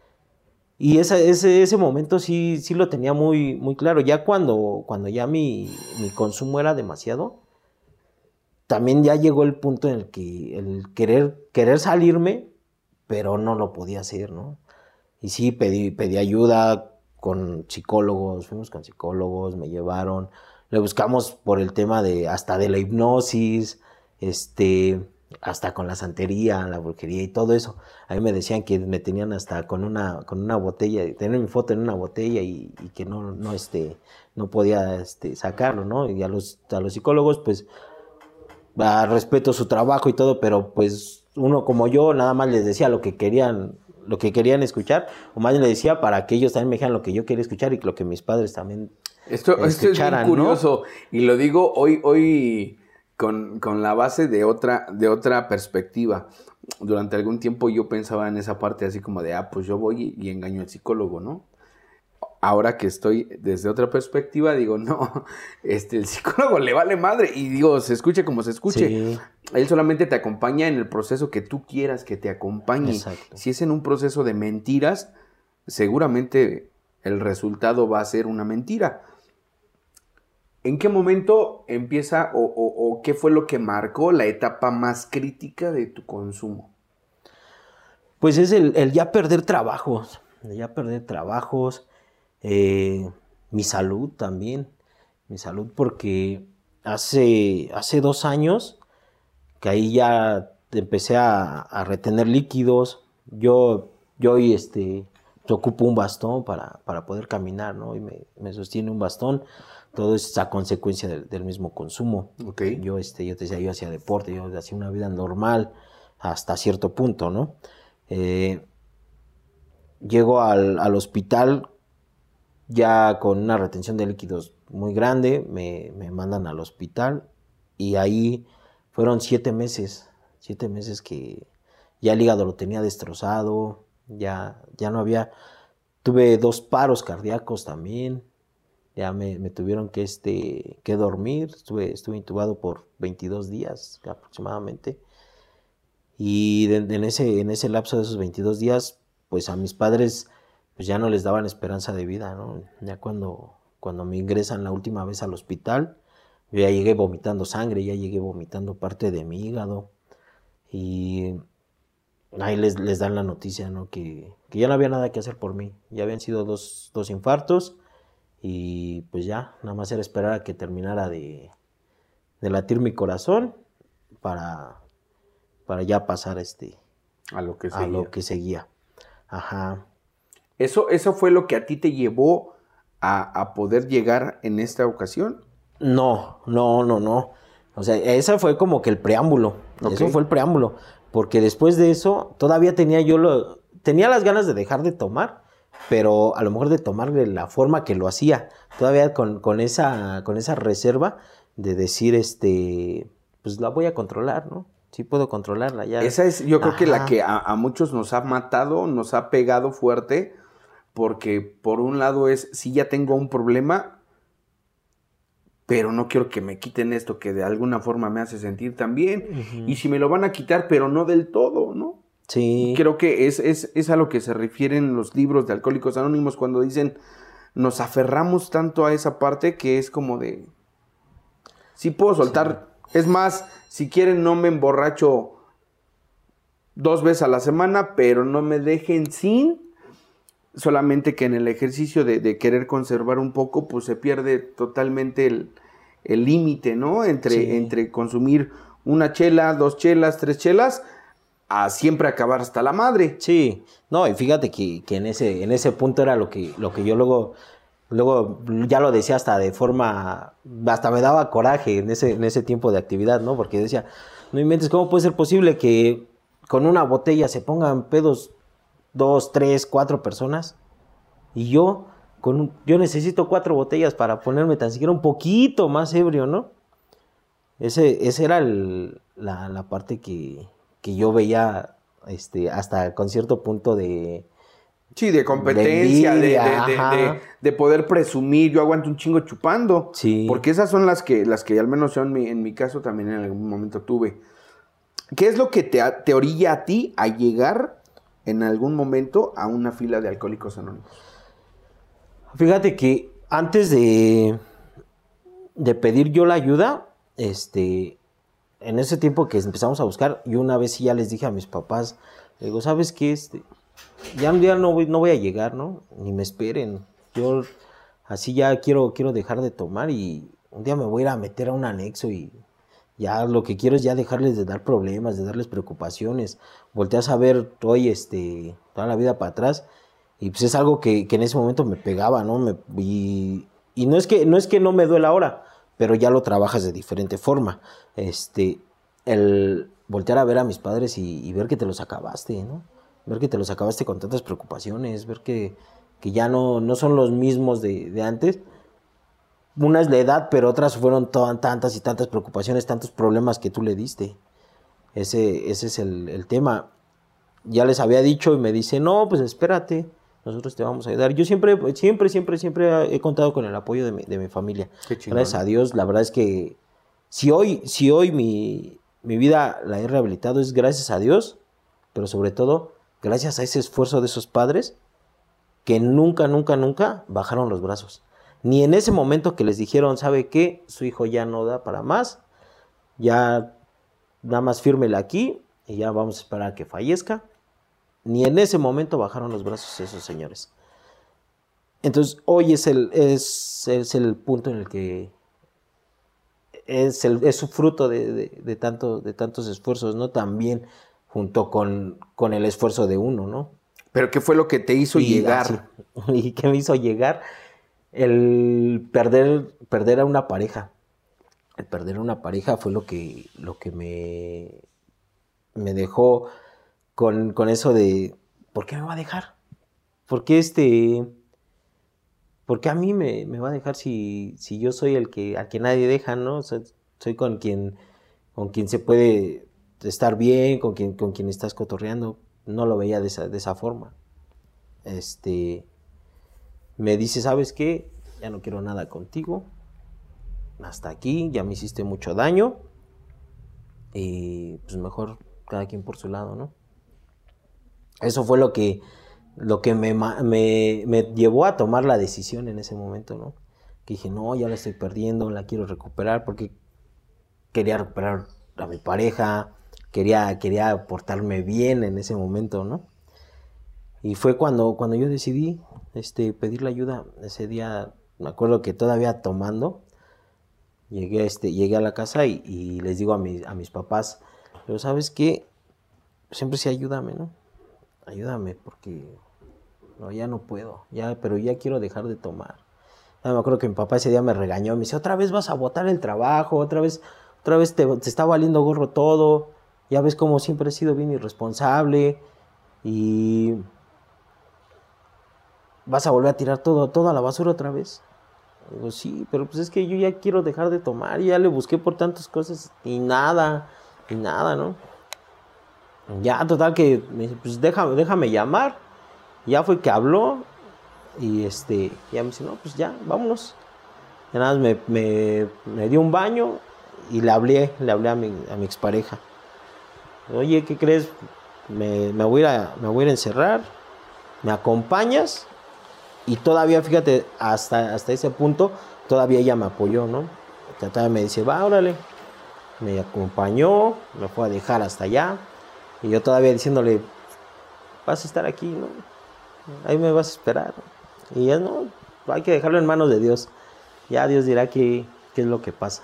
y esa, ese, ese momento sí, sí lo tenía muy, muy claro. Ya cuando, cuando ya mi, mi consumo era demasiado, también ya llegó el punto en el que el querer, querer salirme, pero no lo podía hacer, ¿no? Y sí, pedí, pedí ayuda con psicólogos, fuimos con psicólogos, me llevaron, le buscamos por el tema de, hasta de la hipnosis, este, hasta con la santería, la brujería y todo eso. A mí me decían que me tenían hasta con una, con una botella, tener mi foto en una botella y, y que no, no, este, no podía este, sacarlo, ¿no? Y a los, a los psicólogos, pues, a, respeto su trabajo y todo, pero pues uno como yo nada más les decía lo que querían, lo que querían escuchar, o más bien le decía para que ellos también me dijeran lo que yo quería escuchar y lo que mis padres también esto, esto es bien curioso, ¿no? Y lo digo hoy, hoy con, con la base de otra, de otra perspectiva. Durante algún tiempo yo pensaba en esa parte así como de, ah, pues yo voy y, y engaño al psicólogo, ¿no? Ahora que estoy desde otra perspectiva, digo, no, este, el psicólogo le vale madre. Y digo, se escuche como se escuche. Sí. Él solamente te acompaña en el proceso que tú quieras que te acompañe. Exacto. Si es en un proceso de mentiras, seguramente el resultado va a ser una mentira. ¿En qué momento empieza o, o, o qué fue lo que marcó la etapa más crítica de tu consumo? Pues es el, el ya perder trabajos, el ya perder trabajos, eh, mi salud también, mi salud porque hace, hace dos años que ahí ya empecé a, a retener líquidos, yo, yo y este, yo ocupo un bastón para, para poder caminar, ¿no? Y me, me sostiene un bastón, todo es a consecuencia del, del mismo consumo. Okay. Yo, este, yo te decía, yo hacía deporte, yo hacía una vida normal hasta cierto punto, ¿no? Eh, llego al, al hospital ya con una retención de líquidos muy grande, me, me mandan al hospital y ahí fueron siete meses, siete meses que ya el hígado lo tenía destrozado, ya, ya no había, tuve dos paros cardíacos también, ya me, me tuvieron que, este, que dormir, estuve, estuve intubado por veintidós días aproximadamente. Y de, de en, ese, en ese lapso de esos veintidós días, pues a mis padres pues ya no les daban esperanza de vida, ¿no? Ya cuando, cuando me ingresan la última vez al hospital, yo ya llegué vomitando sangre, ya llegué vomitando parte de mi hígado. Y ahí les, les dan la noticia, ¿no? Que, que ya no había nada que hacer por mí. Ya habían sido dos, dos infartos y pues ya, nada más era esperar a que terminara de, de latir mi corazón para... para ya pasar este a lo que a seguía. lo que seguía. Ajá. ¿Eso, ¿Eso fue lo que a ti te llevó a, a poder llegar en esta ocasión? No, no, no, no. O sea, ese fue como que el preámbulo. Okay. Eso fue el preámbulo. Porque después de eso, todavía tenía yo lo... Tenía las ganas de dejar de tomar, pero a lo mejor de tomar de la forma que lo hacía. Todavía con, con, esa, con esa reserva de decir, este, pues la voy a controlar, ¿no? Sí puedo controlarla ya. Esa es, yo creo Ajá. que la que a, a muchos nos ha matado, nos ha pegado fuerte, porque por un lado es, sí ya tengo un problema, pero no quiero que me quiten esto que de alguna forma me hace sentir tan bien. Uh-huh. Y si me lo van a quitar, pero no del todo, ¿no? Sí. Creo que es, es, es a lo que se refieren los libros de Alcohólicos Anónimos cuando dicen, nos aferramos tanto a esa parte que es como de, sí puedo soltar, sí. Es más, si quieren no me emborracho dos veces a la semana, pero no me dejen sin, solamente que en el ejercicio de, de querer conservar un poco, pues se pierde totalmente el límite, ¿no? Entre, sí. entre consumir una chela, dos chelas, tres chelas, a siempre acabar hasta la madre. Sí, no, y fíjate que, que en ese, en ese punto era lo que, lo que yo luego... Luego ya lo decía hasta de forma, hasta me daba coraje en ese, en ese tiempo de actividad, ¿no? Porque decía, no inventes, ¿cómo puede ser posible que con una botella se pongan pedos dos, tres, cuatro personas? Y yo, con un, yo necesito cuatro botellas para ponerme tan siquiera un poquito más ebrio, ¿no? Ese, ese era el, la, la parte que, que yo veía este, hasta con cierto punto de... Sí, de competencia, de, envidia, de, de, de, de poder presumir, yo aguanto un chingo chupando. Sí. Porque esas son las que, las que al menos yo en mi, en mi caso también en algún momento tuve. ¿Qué es lo que te, te orilla a ti a llegar en algún momento a una fila de Alcohólicos Anónimos? Fíjate que antes de, de pedir yo la ayuda, este, en ese tiempo que empezamos a buscar, yo una vez ya les dije a mis papás, le digo, ¿sabes qué? Este... Ya un día no voy, no voy a llegar, ¿no? Ni me esperen. Yo así ya quiero, quiero dejar de tomar y un día me voy a ir a meter a un anexo y ya lo que quiero es ya dejarles de dar problemas, de darles preocupaciones. Volteas a ver hoy este, toda la vida para atrás y pues es algo que, que en ese momento me pegaba, ¿no? Me, y y no, es que, no es que no me duela ahora, pero ya lo trabajas de diferente forma. Este, el voltear a ver a mis padres y, y ver que te los acabaste, ¿no? Ver que te los acabaste con tantas preocupaciones, ver que, que ya no, no son los mismos de, de antes. Una es la edad, pero otras fueron to- tantas y tantas preocupaciones, tantos problemas que tú le diste. Ese, ese es el, el tema. Ya les había dicho y me dice, no, pues espérate, nosotros te vamos a ayudar. Yo siempre, siempre, siempre, siempre he contado con el apoyo de mi, de mi familia. Qué chingón. Gracias a Dios, la verdad es que si hoy, si hoy mi, mi vida la he rehabilitado es gracias a Dios, pero sobre todo gracias a ese esfuerzo de esos padres que nunca, nunca, nunca bajaron los brazos. Ni en ese momento que les dijeron, ¿sabe qué? Su hijo ya no da para más, ya nada más fírmela aquí y ya vamos a esperar a que fallezca. Ni en ese momento bajaron los brazos esos señores. Entonces, hoy es el, es, es el punto en el que es, el, es su fruto de, de, de, tanto, de tantos esfuerzos, ¿no? También junto con, con el esfuerzo de uno, ¿no? ¿Pero qué fue lo que te hizo y, llegar? Así, ¿y qué me hizo llegar? El perder, perder a una pareja. El perder a una pareja fue lo que, lo que me, me dejó con, con eso de, ¿por qué me va a dejar? ¿Por qué este... ¿Por qué a mí me, me va a dejar si, si yo soy el que, al que nadie deja, ¿no? O sea, soy con quien, con quien se puede estar bien, con quien, con quien estás cotorreando. No lo veía de esa, de esa forma. Este, me dice, ¿sabes qué? Ya no quiero nada contigo. Hasta aquí, ya me hiciste mucho daño. Y pues mejor cada quien por su lado, ¿no? Eso fue lo que... Lo que me, me, me llevó a tomar la decisión en ese momento, ¿no? Que dije, no, ya la estoy perdiendo, la quiero recuperar, porque quería recuperar a mi pareja, quería, quería portarme bien en ese momento, ¿no? Y fue cuando, cuando yo decidí este, pedirle ayuda. Ese día, me acuerdo que todavía tomando, llegué, este, llegué a la casa y, y les digo a, mi, a mis papás, pero ¿sabes qué? Siempre sí ayúdame, ¿no? Ayúdame, porque... No, ya no puedo, ya, pero ya quiero dejar de tomar. Ya me acuerdo que mi papá ese día me regañó, me dice, otra vez vas a botar el trabajo, otra vez, otra vez te, te está valiendo gorro todo, ya ves cómo siempre he sido bien irresponsable y vas a volver a tirar todo, todo a la basura otra vez. Digo, sí, pero pues es que yo ya quiero dejar de tomar, ya le busqué por tantas cosas y nada, y nada, ¿no? Ya, total que me dice, pues déjame, déjame llamar. Ya fue que habló y este, ya me dice, no, pues ya, vámonos. Ya nada más me, me, me dio un baño y le hablé, le hablé a mi, a mi expareja. Oye, ¿qué crees? Me, me, voy a, me voy a ir a encerrar, ¿me acompañas? Y todavía, fíjate, hasta, hasta ese punto, todavía ella me apoyó, ¿no? O sea, todavía me dice, va, órale. Me acompañó, me fue a dejar hasta allá. Y yo todavía diciéndole, vas a estar aquí, ¿no? Ahí me vas a esperar. Y ya no, hay que dejarlo en manos de Dios. Ya Dios dirá qué, qué es lo que pasa.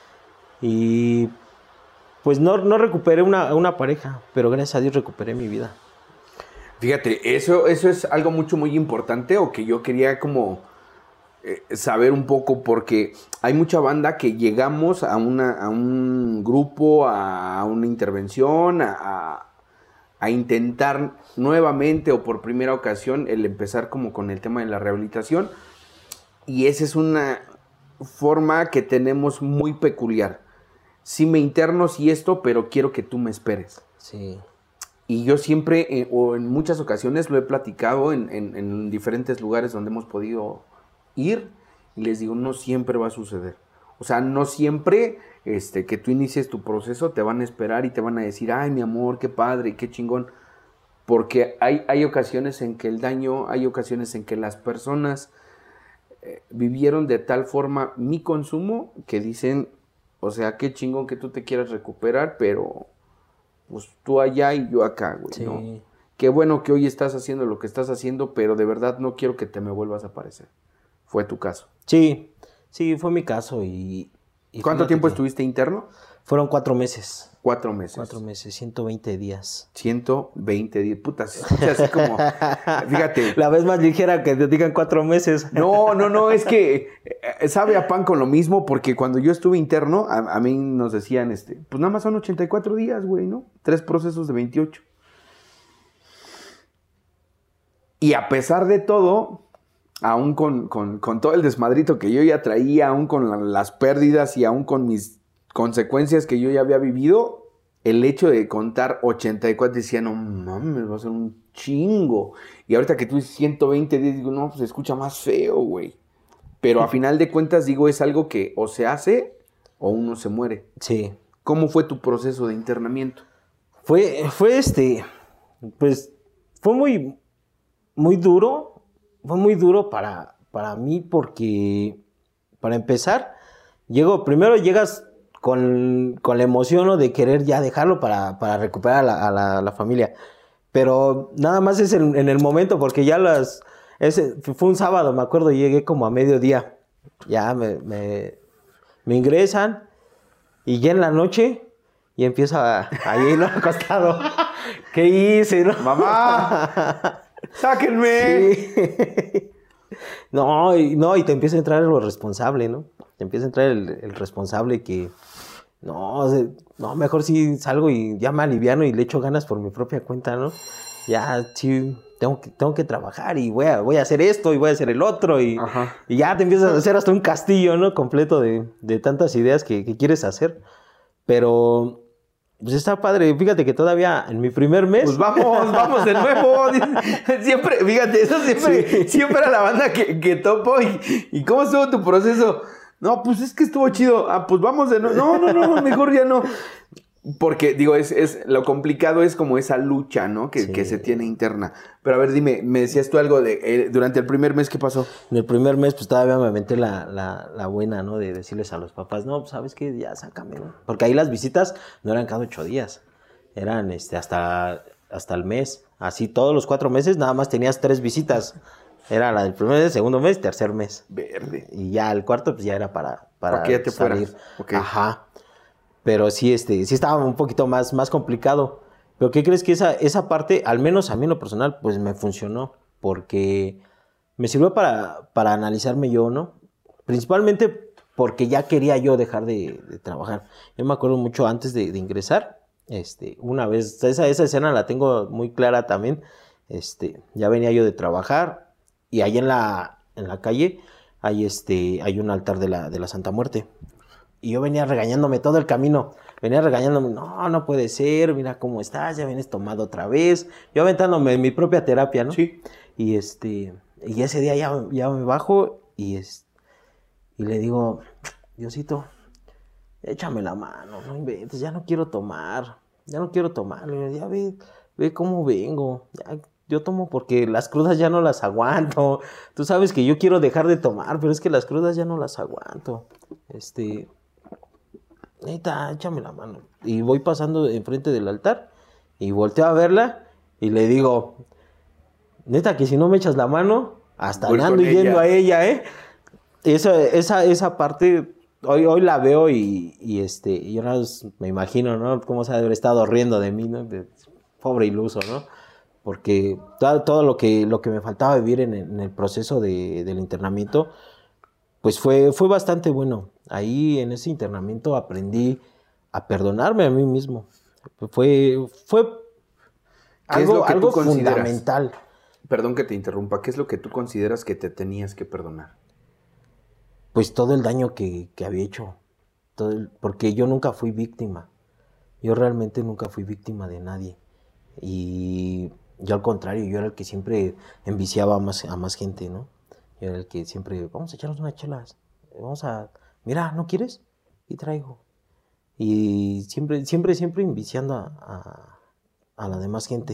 Y pues no, no recuperé una, una pareja, pero gracias a Dios recuperé mi vida. Fíjate, eso, eso es algo mucho muy importante o que yo quería como eh, saber un poco, porque hay mucha banda que llegamos a, una, a un grupo, a una intervención, a... a a intentar nuevamente o por primera ocasión el empezar como con el tema de la rehabilitación, y esa es una forma que tenemos muy peculiar. Sí me interno, sí esto, pero quiero que tú me esperes. Sí. Y yo siempre, eh, o en muchas ocasiones lo he platicado en, en, en diferentes lugares donde hemos podido ir, y les digo, no siempre va a suceder. O sea, no siempre este, que tú inicies tu proceso te van a esperar y te van a decir, ay, mi amor, qué padre, qué chingón. Porque hay, hay ocasiones en que el daño, hay ocasiones en que las personas eh, vivieron de tal forma mi consumo que dicen, o sea, qué chingón que tú te quieras recuperar, pero pues tú allá y yo acá, güey, Sí. ¿no? Qué bueno que hoy estás haciendo lo que estás haciendo, pero de verdad no quiero que te me vuelvas a aparecer. Fue tu caso. Sí. Sí, fue mi caso y... y ¿Cuánto tiempo que estuviste interno? Fueron cuatro meses. Cuatro meses. Cuatro meses, ciento veinte días. ciento veinte días. Puta, se escucha así como... Fíjate. La vez más ligera que te digan cuatro meses. No, no, no, es que eh, sabe a pan con lo mismo, porque cuando yo estuve interno, a, a mí nos decían, este, pues nada más son ochenta y cuatro días, güey, ¿no? Tres procesos de veintiocho. Y a pesar de todo... Aún con, con, con todo el desmadrito que yo ya traía, aún con la, las pérdidas y aún con mis consecuencias que yo ya había vivido, el hecho de contar ochenta y cuatro decía, no mames, va a ser un chingo. Y ahorita que tú dices ciento veinte días, digo, no, pues se escucha más feo, güey. Pero a final de cuentas, digo, es algo que o se hace o uno se muere. Sí. ¿Cómo fue tu proceso de internamiento? Fue, fue este, pues, fue muy, muy duro. Fue muy duro para, para mí porque, para empezar, llego, primero llegas con, con la emoción, ¿no?, de querer ya dejarlo para, para recuperar a la, a la, a la familia. Pero nada más es en, en el momento, porque ya las... Ese, fue un sábado, me acuerdo, llegué como a mediodía. Ya me, me, me ingresan y ya en la noche y empiezo a, a ir acostado. ¿Qué hice, no? ¡Mamá! ¡Sáquenme! Sí. No, y, no, y te empieza a entrar lo responsable, ¿no? Te empieza a entrar el, el responsable que... No, o sea, no, mejor sí salgo y ya me aliviano y le echo ganas por mi propia cuenta, ¿no? Ya, sí, tengo que, tengo que trabajar y voy a, voy a hacer esto y voy a hacer el otro y, y ya te empiezas a hacer hasta un castillo, ¿no? Completo de, de tantas ideas que, que quieres hacer. Pero, pues está padre. Fíjate que todavía en mi primer mes... Pues vamos, vamos de nuevo. Siempre, fíjate, eso siempre, sí. siempre era la banda que, que topo. Y, ¿Y cómo estuvo tu proceso? No, pues es que estuvo chido. Ah, pues vamos de nuevo. No, no, no, mejor ya no. Porque, digo, es, es lo complicado es como esa lucha, ¿no? Que, sí. que se tiene interna. Pero a ver, dime, me decías tú algo de eh, durante el primer mes, ¿qué pasó? En el primer mes, pues todavía me aventé la, la, la buena, ¿no? De decirles a los papás, no, pues sabes qué, ya sácame, ¿no? Porque ahí las visitas no eran cada ocho días. Eran este, hasta, hasta el mes. Así todos los cuatro meses nada más tenías tres visitas. Era la del primer mes, segundo mes, tercer mes. Verde. Y ya el cuarto, pues ya era para, para, para que ya te salir. Fueras. Okay. Ajá. Pero sí, este, sí estaba un poquito más, más complicado. Pero ¿qué crees? Que esa, esa parte, al menos a mí en lo personal, pues me funcionó. Porque me sirvió para, para analizarme yo, ¿no? Principalmente porque ya quería yo dejar de, de trabajar. Yo me acuerdo mucho antes de, de ingresar. Este, una vez, esa, esa escena la tengo muy clara también. Este, ya venía yo de trabajar. Y ahí en la, en la calle hay, este, hay un altar de la, de la Santa Muerte. Y yo venía regañándome todo el camino. Venía regañándome, no, no puede ser, mira cómo estás, ya vienes tomado otra vez. Yo aventándome mi propia terapia, ¿no? Sí. Y este, y ese día ya, ya me bajo y, es, y le digo, Diosito, échame la mano, no inventes, ya no quiero tomar, ya no quiero tomar. Ya ve, ve cómo vengo, ya, yo tomo porque las crudas ya no las aguanto. Tú sabes que yo quiero dejar de tomar, pero es que las crudas ya no las aguanto. Este, neta, échame la mano. Y voy pasando enfrente del altar y volteo a verla y le digo, neta, que si no me echas la mano, hasta le ando yendo a ella, ¿eh? Esa, esa, esa parte, hoy, hoy la veo y, y este, y yo no, me imagino, ¿no? Cómo se ha de haber estado riendo de mí, ¿no? De, pobre iluso, ¿no? Porque todo, todo lo que lo que me faltaba vivir en el, en el proceso de, del internamiento, pues fue, fue bastante bueno. Ahí en ese internamiento aprendí a perdonarme a mí mismo. Fue, fue algo, algo fundamental. Perdón que te interrumpa, ¿qué es lo que tú consideras que te tenías que perdonar? Pues todo el daño que, que había hecho. Todo el, porque yo nunca fui víctima. Yo realmente nunca fui víctima de nadie. Y yo al contrario, yo era el que siempre enviciaba a más, a más gente, ¿no? Yo era el que siempre, vamos a echarnos unas chelas, vamos a, mira, ¿no quieres? Y traigo. Y siempre, siempre, siempre enviciando a, a, a la demás gente.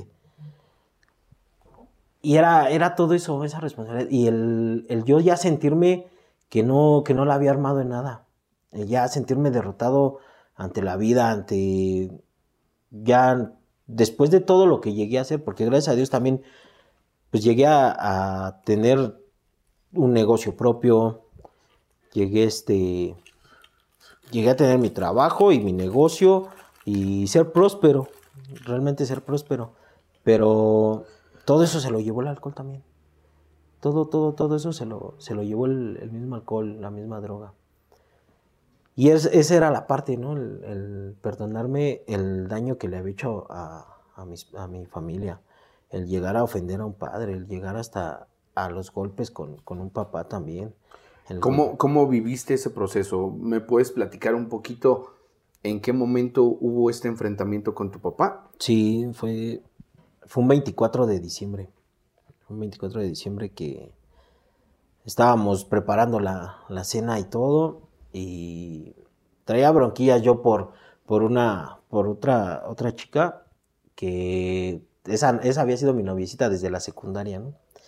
Y era, era todo eso, esa responsabilidad. Y el, el yo ya sentirme que no, que no la había armado en nada. El ya sentirme derrotado ante la vida, ante ya... Después de todo lo que llegué a hacer, porque gracias a Dios también pues llegué a, a tener un negocio propio, llegué este, llegué a tener mi trabajo y mi negocio y ser próspero, realmente ser próspero, pero todo eso se lo llevó el alcohol también, todo, todo, todo eso se lo, se lo llevó el, el mismo alcohol, la misma droga. Y es, esa era la parte, ¿no? El, el perdonarme el daño que le había hecho a, a, mis, a mi familia. El llegar a ofender a un padre, el llegar hasta a los golpes con, con un papá también. ¿Cómo, ¿Cómo viviste ese proceso? ¿Me puedes platicar un poquito en qué momento hubo este enfrentamiento con tu papá? Sí, fue, fue un veinticuatro de diciembre. Fue un veinticuatro de diciembre que estábamos preparando la, la cena y todo. Y traía bronquillas yo por, por una, por otra, otra chica que esa, esa había sido mi noviecita desde la secundaria, ¿no?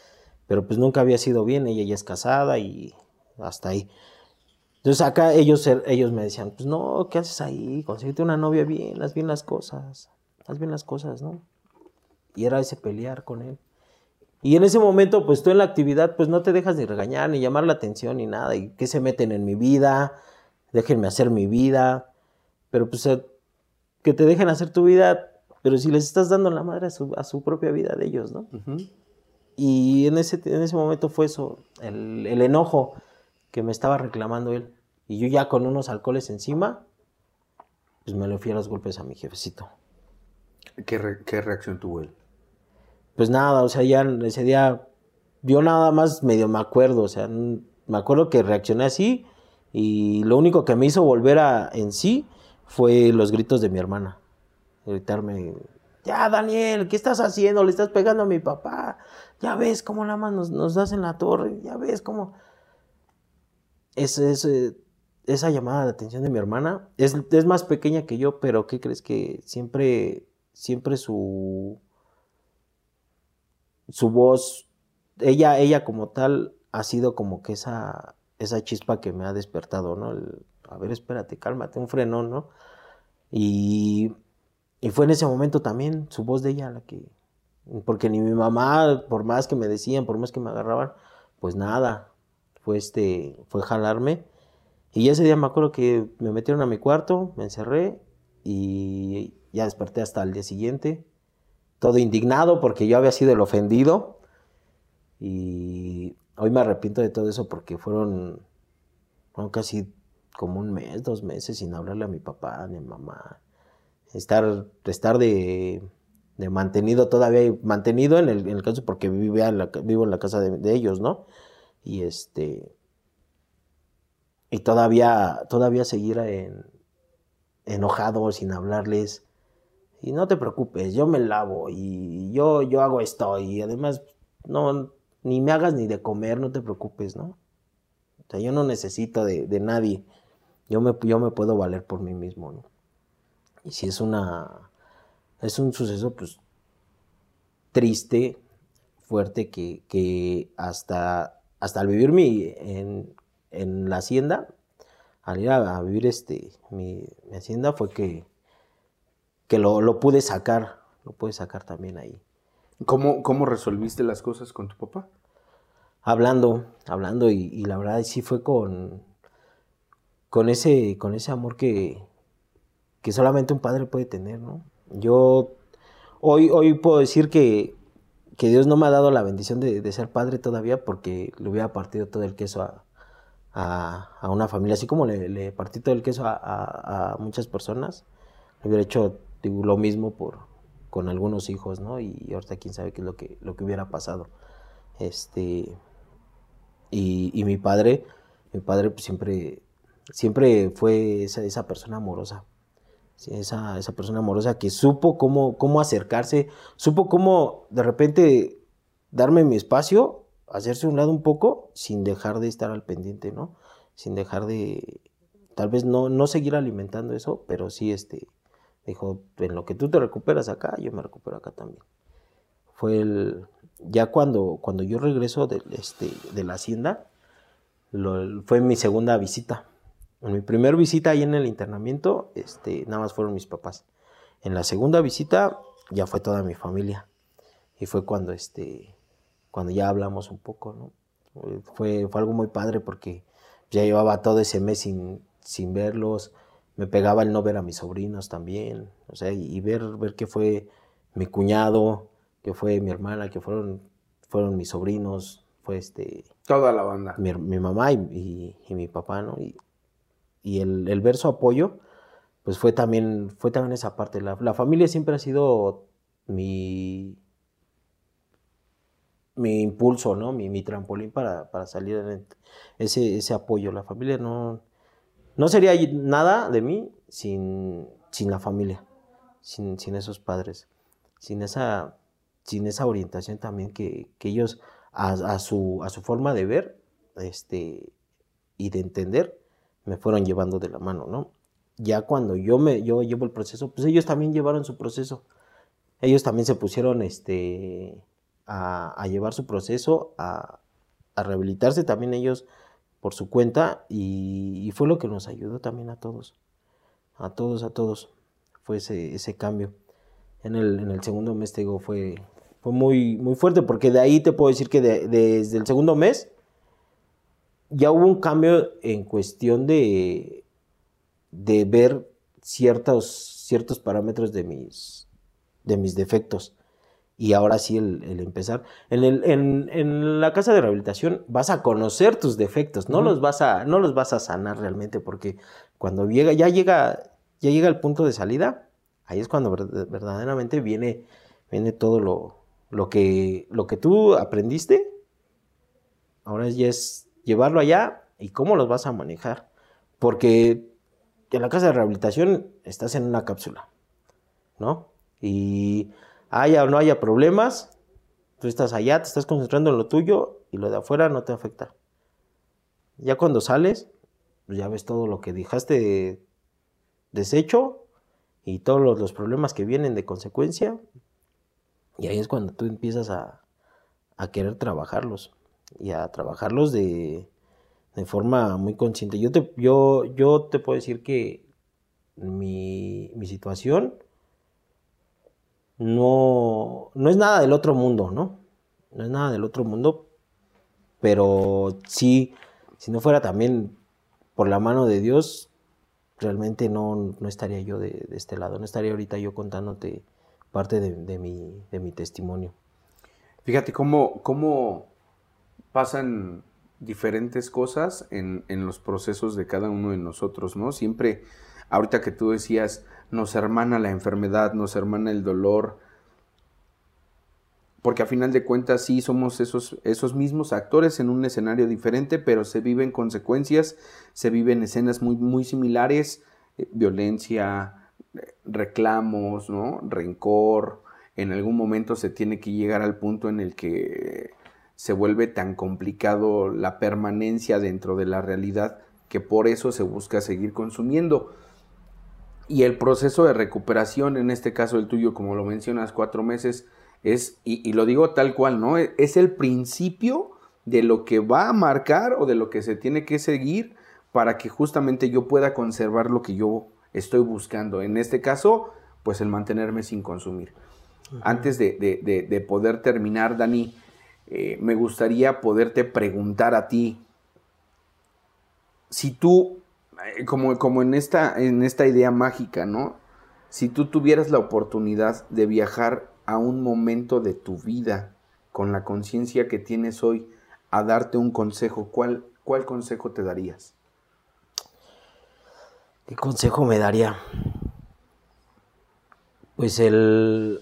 pero pues nunca había sido bien, ella ya es casada y hasta ahí. Entonces acá ellos, ellos me decían, pues no, ¿qué haces ahí? Consíguete una novia bien, haz bien las cosas, haz bien las cosas, ¿no? Y era ese pelear con él. Y en ese momento, pues tú en la actividad, pues no te dejas ni regañar, ni llamar la atención, ni nada. ¿Y qué se meten en mi vida? Déjenme hacer mi vida. Pero pues que te dejen hacer tu vida, pero si les estás dando la madre a su, a su propia vida de ellos, ¿no? Uh-huh. Y en ese, en ese momento fue eso, el, el enojo que me estaba reclamando él. Y yo ya con unos alcoholes encima, pues me le fui a los golpes a mi jefecito. ¿Qué, re, qué reacción tuvo él? Pues nada, o sea, ya ese día, yo nada más medio me acuerdo, o sea, me acuerdo que reaccioné así y lo único que me hizo volver a en sí fue los gritos de mi hermana. Gritarme, ya Daniel, ¿qué estás haciendo? Le estás pegando a mi papá. Ya ves cómo nada más nos, nos das en la torre. Ya ves cómo... Es, es, esa llamada de atención de mi hermana es, es más pequeña que yo, pero ¿qué crees? Que siempre, siempre su... su voz, ella, ella como tal, ha sido como que esa, esa chispa que me ha despertado, ¿no? El, a ver, espérate, cálmate, un frenón, ¿no? Y, y fue en ese momento también su voz de ella la que... Porque ni mi mamá, por más que me decían, por más que me agarraban, pues nada, fue, este, fue jalarme. Y ese día me acuerdo que me metieron a mi cuarto, me encerré y ya desperté hasta el día siguiente. Todo indignado porque yo había sido el ofendido y hoy me arrepiento de todo eso porque fueron, fueron casi como un mes, dos meses sin hablarle a mi papá ni a mi mamá. Estar, estar de, de mantenido todavía, mantenido en el, en el caso porque vivo en la, vivo en la casa de, de ellos, ¿no? Y este, y todavía, todavía seguir en, enojado sin hablarles. Y no te preocupes, yo me lavo y yo, yo hago esto y además no, ni me hagas ni de comer, no te preocupes, ¿no? O sea, yo no necesito de, de nadie, yo me, yo me puedo valer por mí mismo, ¿no? Y si es una, es un suceso pues triste, fuerte, que, que hasta, hasta al vivir mi, en, en la hacienda, al ir a, a vivir este, mi, mi hacienda fue que que lo, lo pude sacar, lo pude sacar también ahí. ¿Cómo, cómo resolviste las cosas con tu papá? Hablando, hablando y, y la verdad sí fue con, con, ese, con ese amor que, que solamente un padre puede tener, ¿no? Yo hoy, hoy puedo decir que, que Dios no me ha dado la bendición de, de ser padre todavía porque le hubiera partido todo el queso a, a, a una familia, así como le, le partí todo el queso a, a, a muchas personas, le hubiera hecho digo, lo mismo por, con algunos hijos, ¿no? Y ahorita quién sabe qué es lo que, lo que hubiera pasado. Este, y, y mi padre, mi padre pues siempre, siempre fue esa, esa persona amorosa. ¿Sí? Esa, esa persona amorosa que supo cómo, cómo acercarse, supo cómo de repente darme mi espacio, hacerse a un lado un poco, sin dejar de estar al pendiente, ¿no? Sin dejar de, tal vez no, no seguir alimentando eso, pero sí este... Dijo, en lo que tú te recuperas acá, yo me recupero acá también. Fue el... Ya cuando, cuando yo regreso de, este, de la hacienda, lo, fue mi segunda visita. En mi primera visita ahí en el internamiento, este, nada más fueron mis papás. En la segunda visita ya fue toda mi familia. Y fue cuando, este, cuando ya hablamos un poco, ¿no? Fue, fue algo muy padre porque ya llevaba todo ese mes sin, sin verlos. Me pegaba el no ver a mis sobrinos también, o sea, y, y ver, ver que fue mi cuñado, que fue mi hermana, que fueron, fueron mis sobrinos, fue este... Toda la banda. Mi, mi mamá y, y, y mi papá, ¿no? Y, y el, el ver su apoyo, pues fue también, fue también esa parte. La, la familia siempre ha sido mi, mi impulso, ¿no? Mi, mi trampolín para, para salir adelante. Ese, ese apoyo, la familia no... No sería nada de mí sin, sin la familia, sin, sin esos padres, sin esa, sin esa orientación también que, que ellos a, a, su, a su forma de ver este, y de entender me fueron llevando de la mano, ¿no? Ya cuando yo, me, yo llevo el proceso, pues ellos también llevaron su proceso. Ellos también se pusieron este, a, a llevar su proceso, a, a rehabilitarse también ellos por su cuenta, y, y fue lo que nos ayudó también a todos, a todos, a todos, fue ese, ese cambio. En el, en el segundo mes, te digo, fue, fue muy, muy fuerte, porque de ahí te puedo decir que de, desde el segundo mes ya hubo un cambio en cuestión de, de ver ciertos, ciertos parámetros de mis, de mis defectos. Y ahora sí el, el empezar. En, el, en, en la casa de rehabilitación vas a conocer tus defectos, no, uh-huh. los vas a, no los vas a sanar realmente, porque cuando llega, ya llega, ya llega el punto de salida, ahí es cuando verdaderamente viene, viene todo lo, lo, que, lo que tú aprendiste. Ahora ya es llevarlo allá y cómo los vas a manejar. Porque en la casa de rehabilitación estás en una cápsula, ¿no? Y haya o no haya problemas, tú estás allá, te estás concentrando en lo tuyo y lo de afuera no te afecta. Ya cuando sales, pues ya ves todo lo que dejaste deshecho y todos los, los problemas que vienen de consecuencia, y ahí es cuando tú empiezas a, a querer trabajarlos y a trabajarlos de, de forma muy consciente. Yo te, yo, yo te puedo decir que mi, mi situación No, no es nada del otro mundo, ¿no? No es nada del otro mundo, pero sí, si no fuera también por la mano de Dios, realmente no, no estaría yo de, de este lado, no estaría ahorita yo contándote parte de, de, mi, de mi testimonio. Fíjate cómo, cómo pasan diferentes cosas en, en los procesos de cada uno de nosotros, ¿no? Siempre, ahorita que tú decías, nos hermana la enfermedad, nos hermana el dolor, porque a final de cuentas sí somos esos, esos mismos actores en un escenario diferente, pero se viven consecuencias, se viven escenas muy, muy similares, eh, violencia, eh, reclamos, ¿no? Rencor. En algún momento se tiene que llegar al punto en el que se vuelve tan complicado la permanencia dentro de la realidad que por eso se busca seguir consumiendo. Y el proceso de recuperación, en este caso el tuyo, como lo mencionas, cuatro meses, es, y, y lo digo tal cual, ¿no? Es el principio de lo que va a marcar o de lo que se tiene que seguir para que justamente yo pueda conservar lo que yo estoy buscando. En este caso, pues el mantenerme sin consumir. Uh-huh. Antes de, de, de, de poder terminar, Dani, eh, me gustaría poderte preguntar a ti, si tú... Como, como en, esta, en esta idea mágica, ¿no? Si tú tuvieras la oportunidad de viajar a un momento de tu vida con la conciencia que tienes hoy a darte un consejo, ¿cuál, cuál consejo te darías? ¿Qué consejo me daría? Pues el...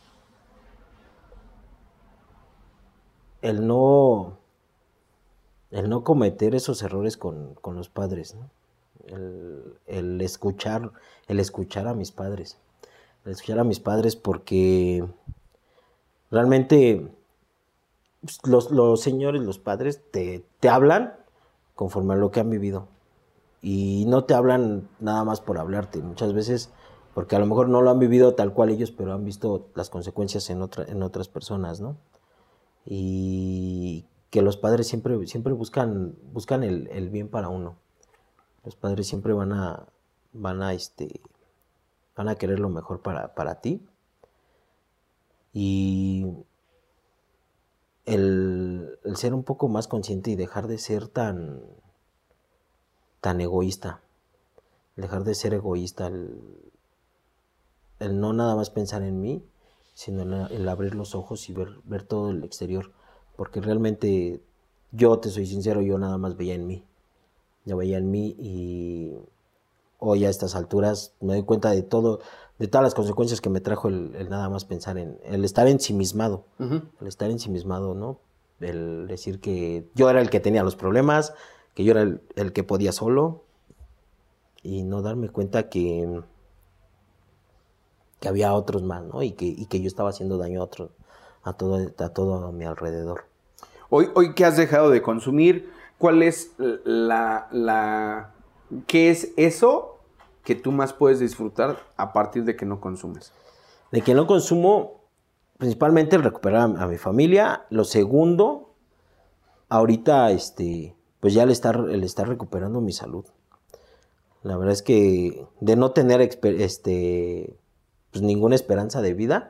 El no... El no cometer esos errores con, con los padres, ¿no? El, el escuchar, el escuchar a mis padres, el escuchar a mis padres porque realmente los, los señores, los padres te, te hablan conforme a lo que han vivido y no te hablan nada más por hablarte, muchas veces porque a lo mejor no lo han vivido tal cual ellos, pero han visto las consecuencias en, otra, en otras personas, ¿no? Y que los padres siempre, siempre buscan, buscan el, el bien para uno. Los padres siempre van a, van a, este, van a querer lo mejor para, para ti. Y el, el ser un poco más consciente y dejar de ser tan, tan egoísta. Dejar de ser egoísta. El, el no nada más pensar en mí, sino el, el abrir los ojos y ver, ver todo el exterior. Porque realmente, yo te soy sincero, yo nada más veía en mí. Yo veía en mí y hoy a estas alturas me doy cuenta de todo, de todas las consecuencias que me trajo el, el nada más pensar en, el estar ensimismado, uh-huh. el estar ensimismado, ¿no? El decir que yo era el que tenía los problemas, que yo era el, el que podía solo y no darme cuenta que, que había otros más, ¿no? Y que, y que yo estaba haciendo daño a otros, a todo, a todo a mi alrededor. Hoy, hoy que has dejado de consumir, ¿cuál es la, la, qué es eso que tú más puedes disfrutar a partir de que no consumes? De que no consumo, principalmente el recuperar a, a mi familia. Lo segundo, ahorita, este, pues ya el estar, el estar recuperando mi salud. La verdad es que de no tener este, pues ninguna esperanza de vida,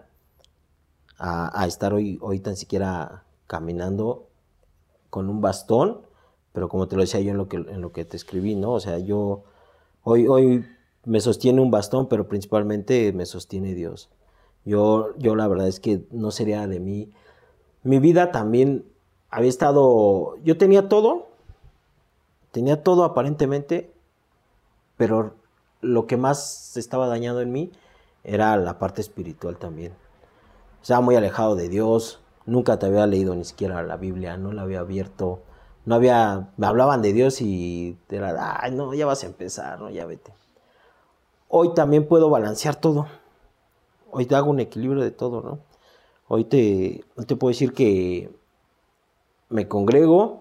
a, a estar hoy, hoy tan siquiera caminando con un bastón, pero como te lo decía yo en lo que, en lo que te escribí, ¿no? O sea, yo hoy, hoy me sostiene un bastón, pero principalmente me sostiene Dios. Yo, yo la verdad es que no sería de mí. Mi vida también había estado, yo tenía todo, tenía todo aparentemente, pero lo que más estaba dañado en mí era la parte espiritual también. Estaba muy alejado de Dios, nunca te había leído ni siquiera la Biblia, no la había abierto, no había, me hablaban de Dios y era, ay no, ya vas a empezar, no, ya vete. Hoy también puedo balancear todo, hoy te hago un equilibrio de todo, ¿no? Hoy te, hoy te puedo decir que me congrego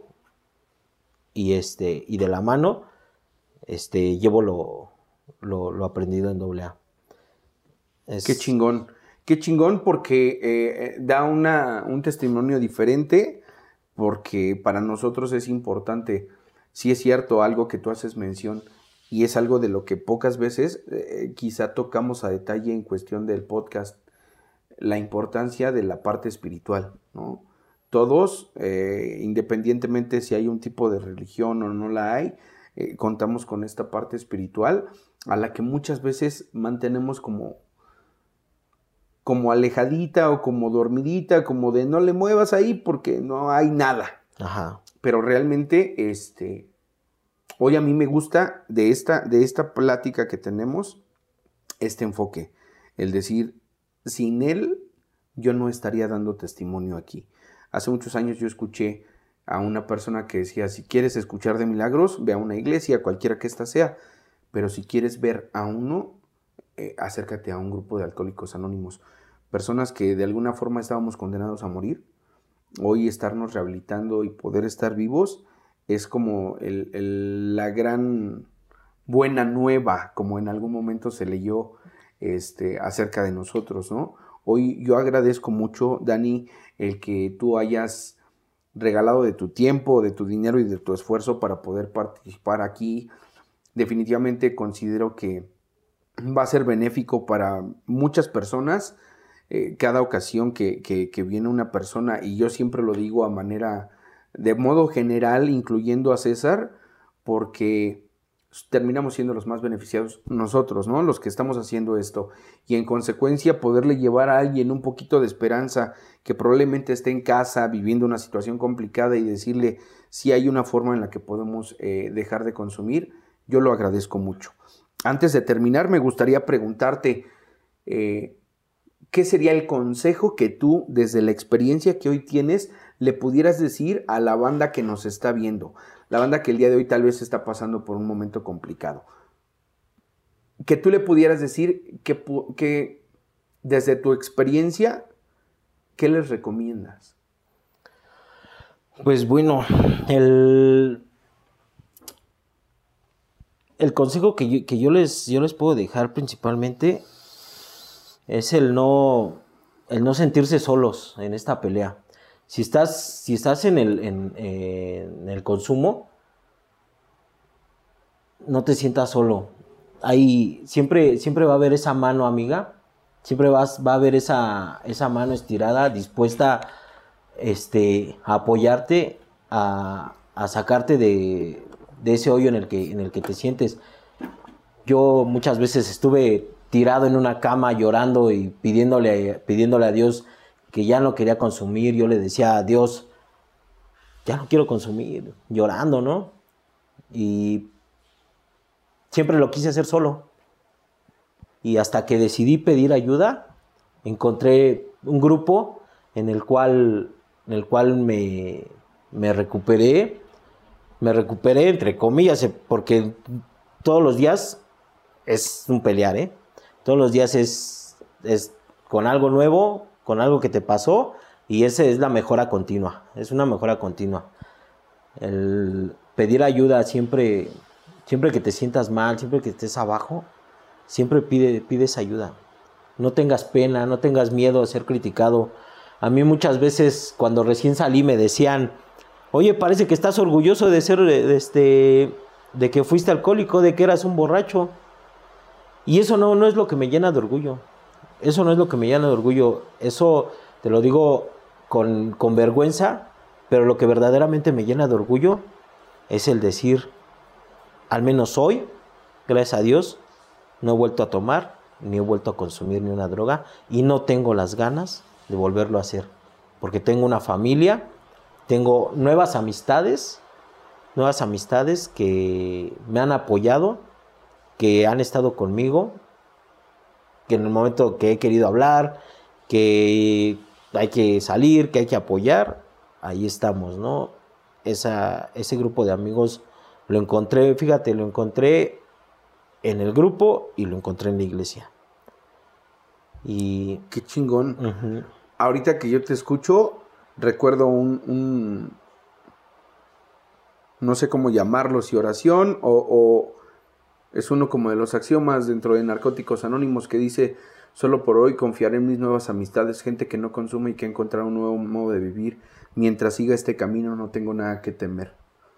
y, este, y de la mano este, llevo lo, lo, lo aprendido en doble A. Es... Qué chingón, qué chingón porque eh, da una, un testimonio diferente, porque para nosotros es importante. Sí es cierto, algo que tú haces mención, y es algo de lo que pocas veces eh, quizá tocamos a detalle en cuestión del podcast, la importancia de la parte espiritual, ¿no? Todos, eh, independientemente si hay un tipo de religión o no la hay, eh, contamos con esta parte espiritual a la que muchas veces mantenemos como, como alejadita o como dormidita, como de no le muevas ahí porque no hay nada. Ajá. Pero realmente, este, hoy a mí me gusta de esta, de esta plática que tenemos, este enfoque, el decir, sin él yo no estaría dando testimonio aquí. Hace muchos años yo escuché a una persona que decía, si quieres escuchar de milagros, ve a una iglesia, cualquiera que ésta sea, pero si quieres ver a uno, eh, acércate a un grupo de alcohólicos anónimos. Personas que de alguna forma estábamos condenados a morir, hoy estarnos rehabilitando y poder estar vivos es como el, el, la gran buena nueva, como en algún momento se leyó este, acerca de nosotros, ¿no? Hoy yo agradezco mucho, Dani, el que tú hayas regalado de tu tiempo, de tu dinero y de tu esfuerzo para poder participar aquí. Definitivamente considero que va a ser benéfico para muchas personas eh, cada ocasión que, que, que viene una persona, y yo siempre lo digo a manera, de modo general, incluyendo a César, porque terminamos siendo los más beneficiados nosotros, ¿no? Los que estamos haciendo esto, y en consecuencia poderle llevar a alguien un poquito de esperanza que probablemente esté en casa viviendo una situación complicada y decirle si hay una forma en la que podemos eh, dejar de consumir, yo lo agradezco mucho. Antes de terminar, me gustaría preguntarte eh, ¿qué sería el consejo que tú, desde la experiencia que hoy tienes, le pudieras decir a la banda que nos está viendo? La banda que el día de hoy tal vez está pasando por un momento complicado. Que tú le pudieras decir que, que desde tu experiencia, ¿qué les recomiendas? Pues bueno, el, el consejo que yo, que yo les, yo les puedo dejar principalmente es el no, el no sentirse solos en esta pelea. Si estás, si estás en el, en, en el consumo, no te sientas solo. Ahí siempre, siempre va a haber esa mano amiga, siempre vas, va a haber esa, esa mano estirada, dispuesta este, a apoyarte, a, a sacarte de, de ese hoyo en el que, en el que te sientes. Yo muchas veces estuve tirado en una cama llorando y pidiéndole, pidiéndole a Dios que ya no quería consumir. Yo le decía a Dios, ya no quiero consumir, llorando, ¿no? Y siempre lo quise hacer solo. Y hasta que decidí pedir ayuda, encontré un grupo en el cual, en el cual me, me recuperé. Me recuperé, entre comillas, porque todos los días es un pelear, ¿eh? Todos los días es, es con algo nuevo, con algo que te pasó, y esa es la mejora continua, es una mejora continua. El pedir ayuda siempre, siempre que te sientas mal, siempre que estés abajo, siempre pide, pides ayuda. no tengas pena, no tengas miedo a ser criticado. A mí muchas veces cuando recién salí me decían, oye, parece que estás orgulloso de ser, de, este, de que fuiste alcohólico, de que eras un borracho. Y eso no, no es lo que me llena de orgullo. Eso no es lo que me llena de orgullo. Eso te lo digo con, con vergüenza, pero lo que verdaderamente me llena de orgullo es el decir, al menos hoy, gracias a Dios, no he vuelto a tomar, ni he vuelto a consumir ni una droga, y no tengo las ganas de volverlo a hacer, porque tengo una familia, tengo nuevas amistades, nuevas amistades que me han apoyado, que han estado conmigo, que en el momento que he querido hablar, que hay que salir, que hay que apoyar, ahí estamos, ¿no? Esa, ese grupo de amigos lo encontré, fíjate, lo encontré en el grupo y lo encontré en la iglesia. Y qué chingón. Uh-huh. Ahorita que yo te escucho, recuerdo un, un no sé cómo llamarlo, si oración o, o es uno como de los axiomas dentro de Narcóticos Anónimos que dice, solo por hoy confiaré en mis nuevas amistades, gente que no consume y que ha encontrado un nuevo modo de vivir. Mientras siga este camino no tengo nada que temer.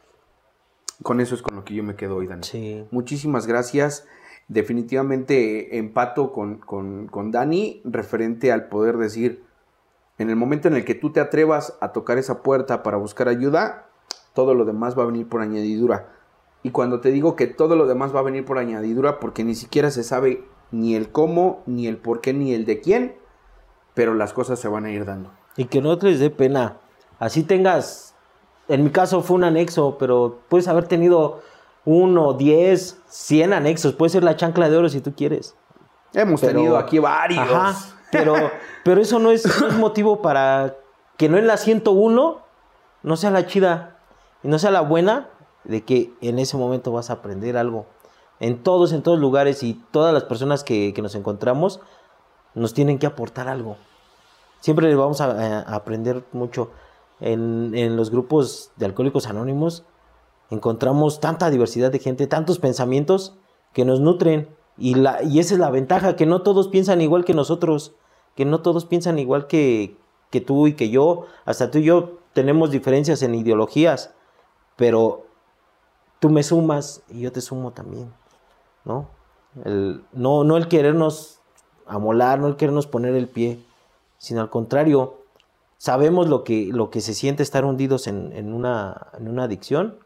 Con eso es con lo que yo me quedo hoy, Dani. Sí. Muchísimas gracias. Definitivamente empato con, con, con Dani referente al poder decir, en el momento en el que tú te atrevas a tocar esa puerta para buscar ayuda, todo lo demás va a venir por añadidura. Y cuando te digo que todo lo demás va a venir por añadidura, porque ni siquiera se sabe ni el cómo, ni el por qué, ni el de quién, pero las cosas se van a ir dando. Y que no te les dé pena. Así tengas, en mi caso fue un anexo, pero puedes haber tenido uno, diez, cien anexos. Puede ser la chancla de oro si tú quieres. Hemos pero, tenido aquí varios. Ajá, pero, pero eso no es, no es motivo para que no en la ciento uno no sea la chida y no sea la buena, de que en ese momento vas a aprender algo. En todos, en todos lugares y todas las personas que, que nos encontramos nos tienen que aportar algo. Siempre vamos a, a aprender mucho. En, en los grupos de Alcohólicos Anónimos encontramos tanta diversidad de gente, tantos pensamientos que nos nutren. Y, la, y esa es la ventaja, que no todos piensan igual que nosotros, que no todos piensan igual que, que tú y que yo. Hasta tú y yo tenemos diferencias en ideologías, pero tú me sumas y yo te sumo también, ¿no? El, no, no el querernos amolar, no el querernos poner el pie, sino al contrario, sabemos lo que, lo que se siente estar hundidos en, en, una, en una adicción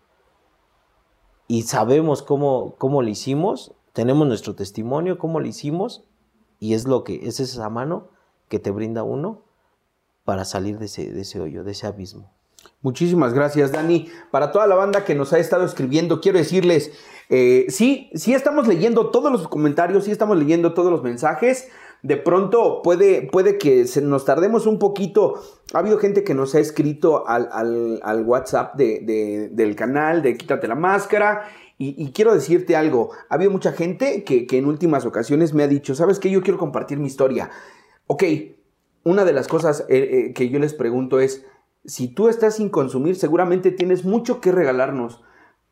y sabemos cómo, cómo lo hicimos, tenemos nuestro testimonio, cómo lo hicimos, y es lo que es esa mano que te brinda uno para salir de ese, de ese hoyo, de ese abismo. Muchísimas gracias, Dani. Para toda la banda que nos ha estado escribiendo, quiero decirles, eh, sí, sí estamos leyendo todos los comentarios, sí estamos leyendo todos los mensajes. De pronto puede, puede que se nos tardemos un poquito. Ha habido gente que nos ha escrito al, al, al WhatsApp de, de, del canal de Quítate la Máscara. Y, y quiero decirte algo. Ha habido mucha gente que, que en últimas ocasiones me ha dicho, ¿sabes qué? Yo quiero compartir mi historia. Ok, una de las cosas eh, eh, que yo les pregunto es, si tú estás sin consumir, seguramente tienes mucho que regalarnos.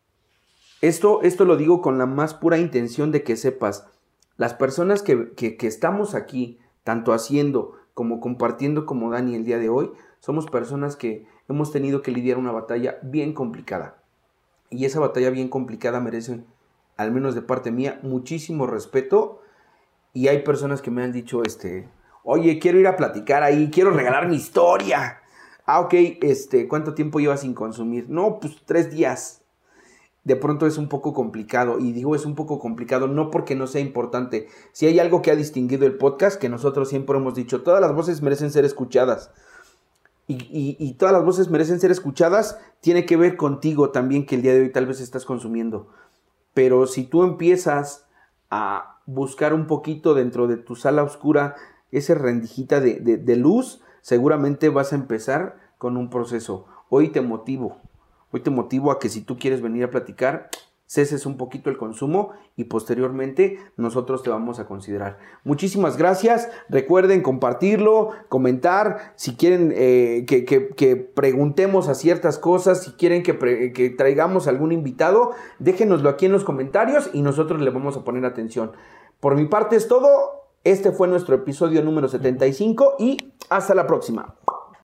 Esto, esto lo digo con la más pura intención de que sepas, las personas que, que, que estamos aquí, tanto haciendo como compartiendo como Dani el día de hoy, somos personas que hemos tenido que lidiar una batalla bien complicada. Y esa batalla bien complicada merece, al menos de parte mía, muchísimo respeto. Y hay personas que me han dicho, este, oye, quiero ir a platicar ahí, quiero regalar mi historia. Ah, ok, este, ¿cuánto tiempo llevas sin consumir? No, pues tres días. De pronto es un poco complicado, y digo es un poco complicado no porque no sea importante. Si hay algo que ha distinguido el podcast, que nosotros siempre hemos dicho, todas las voces merecen ser escuchadas. Y, y, y todas las voces merecen ser escuchadas, tiene que ver contigo también, que el día de hoy tal vez estás consumiendo. Pero si tú empiezas a buscar un poquito dentro de tu sala oscura, esa rendijita de, de, de luz, seguramente vas a empezar con un proceso. Hoy te motivo, hoy te motivo a que si tú quieres venir a platicar, ceses un poquito el consumo y posteriormente nosotros te vamos a considerar. Muchísimas gracias. Recuerden compartirlo, comentar, si quieren eh, que, que, que preguntemos a ciertas cosas, si quieren que, pre, que traigamos algún invitado, déjenoslo aquí en los comentarios y nosotros le vamos a poner atención. Por mi parte es todo. Este fue nuestro episodio número setenta y cinco y hasta la próxima.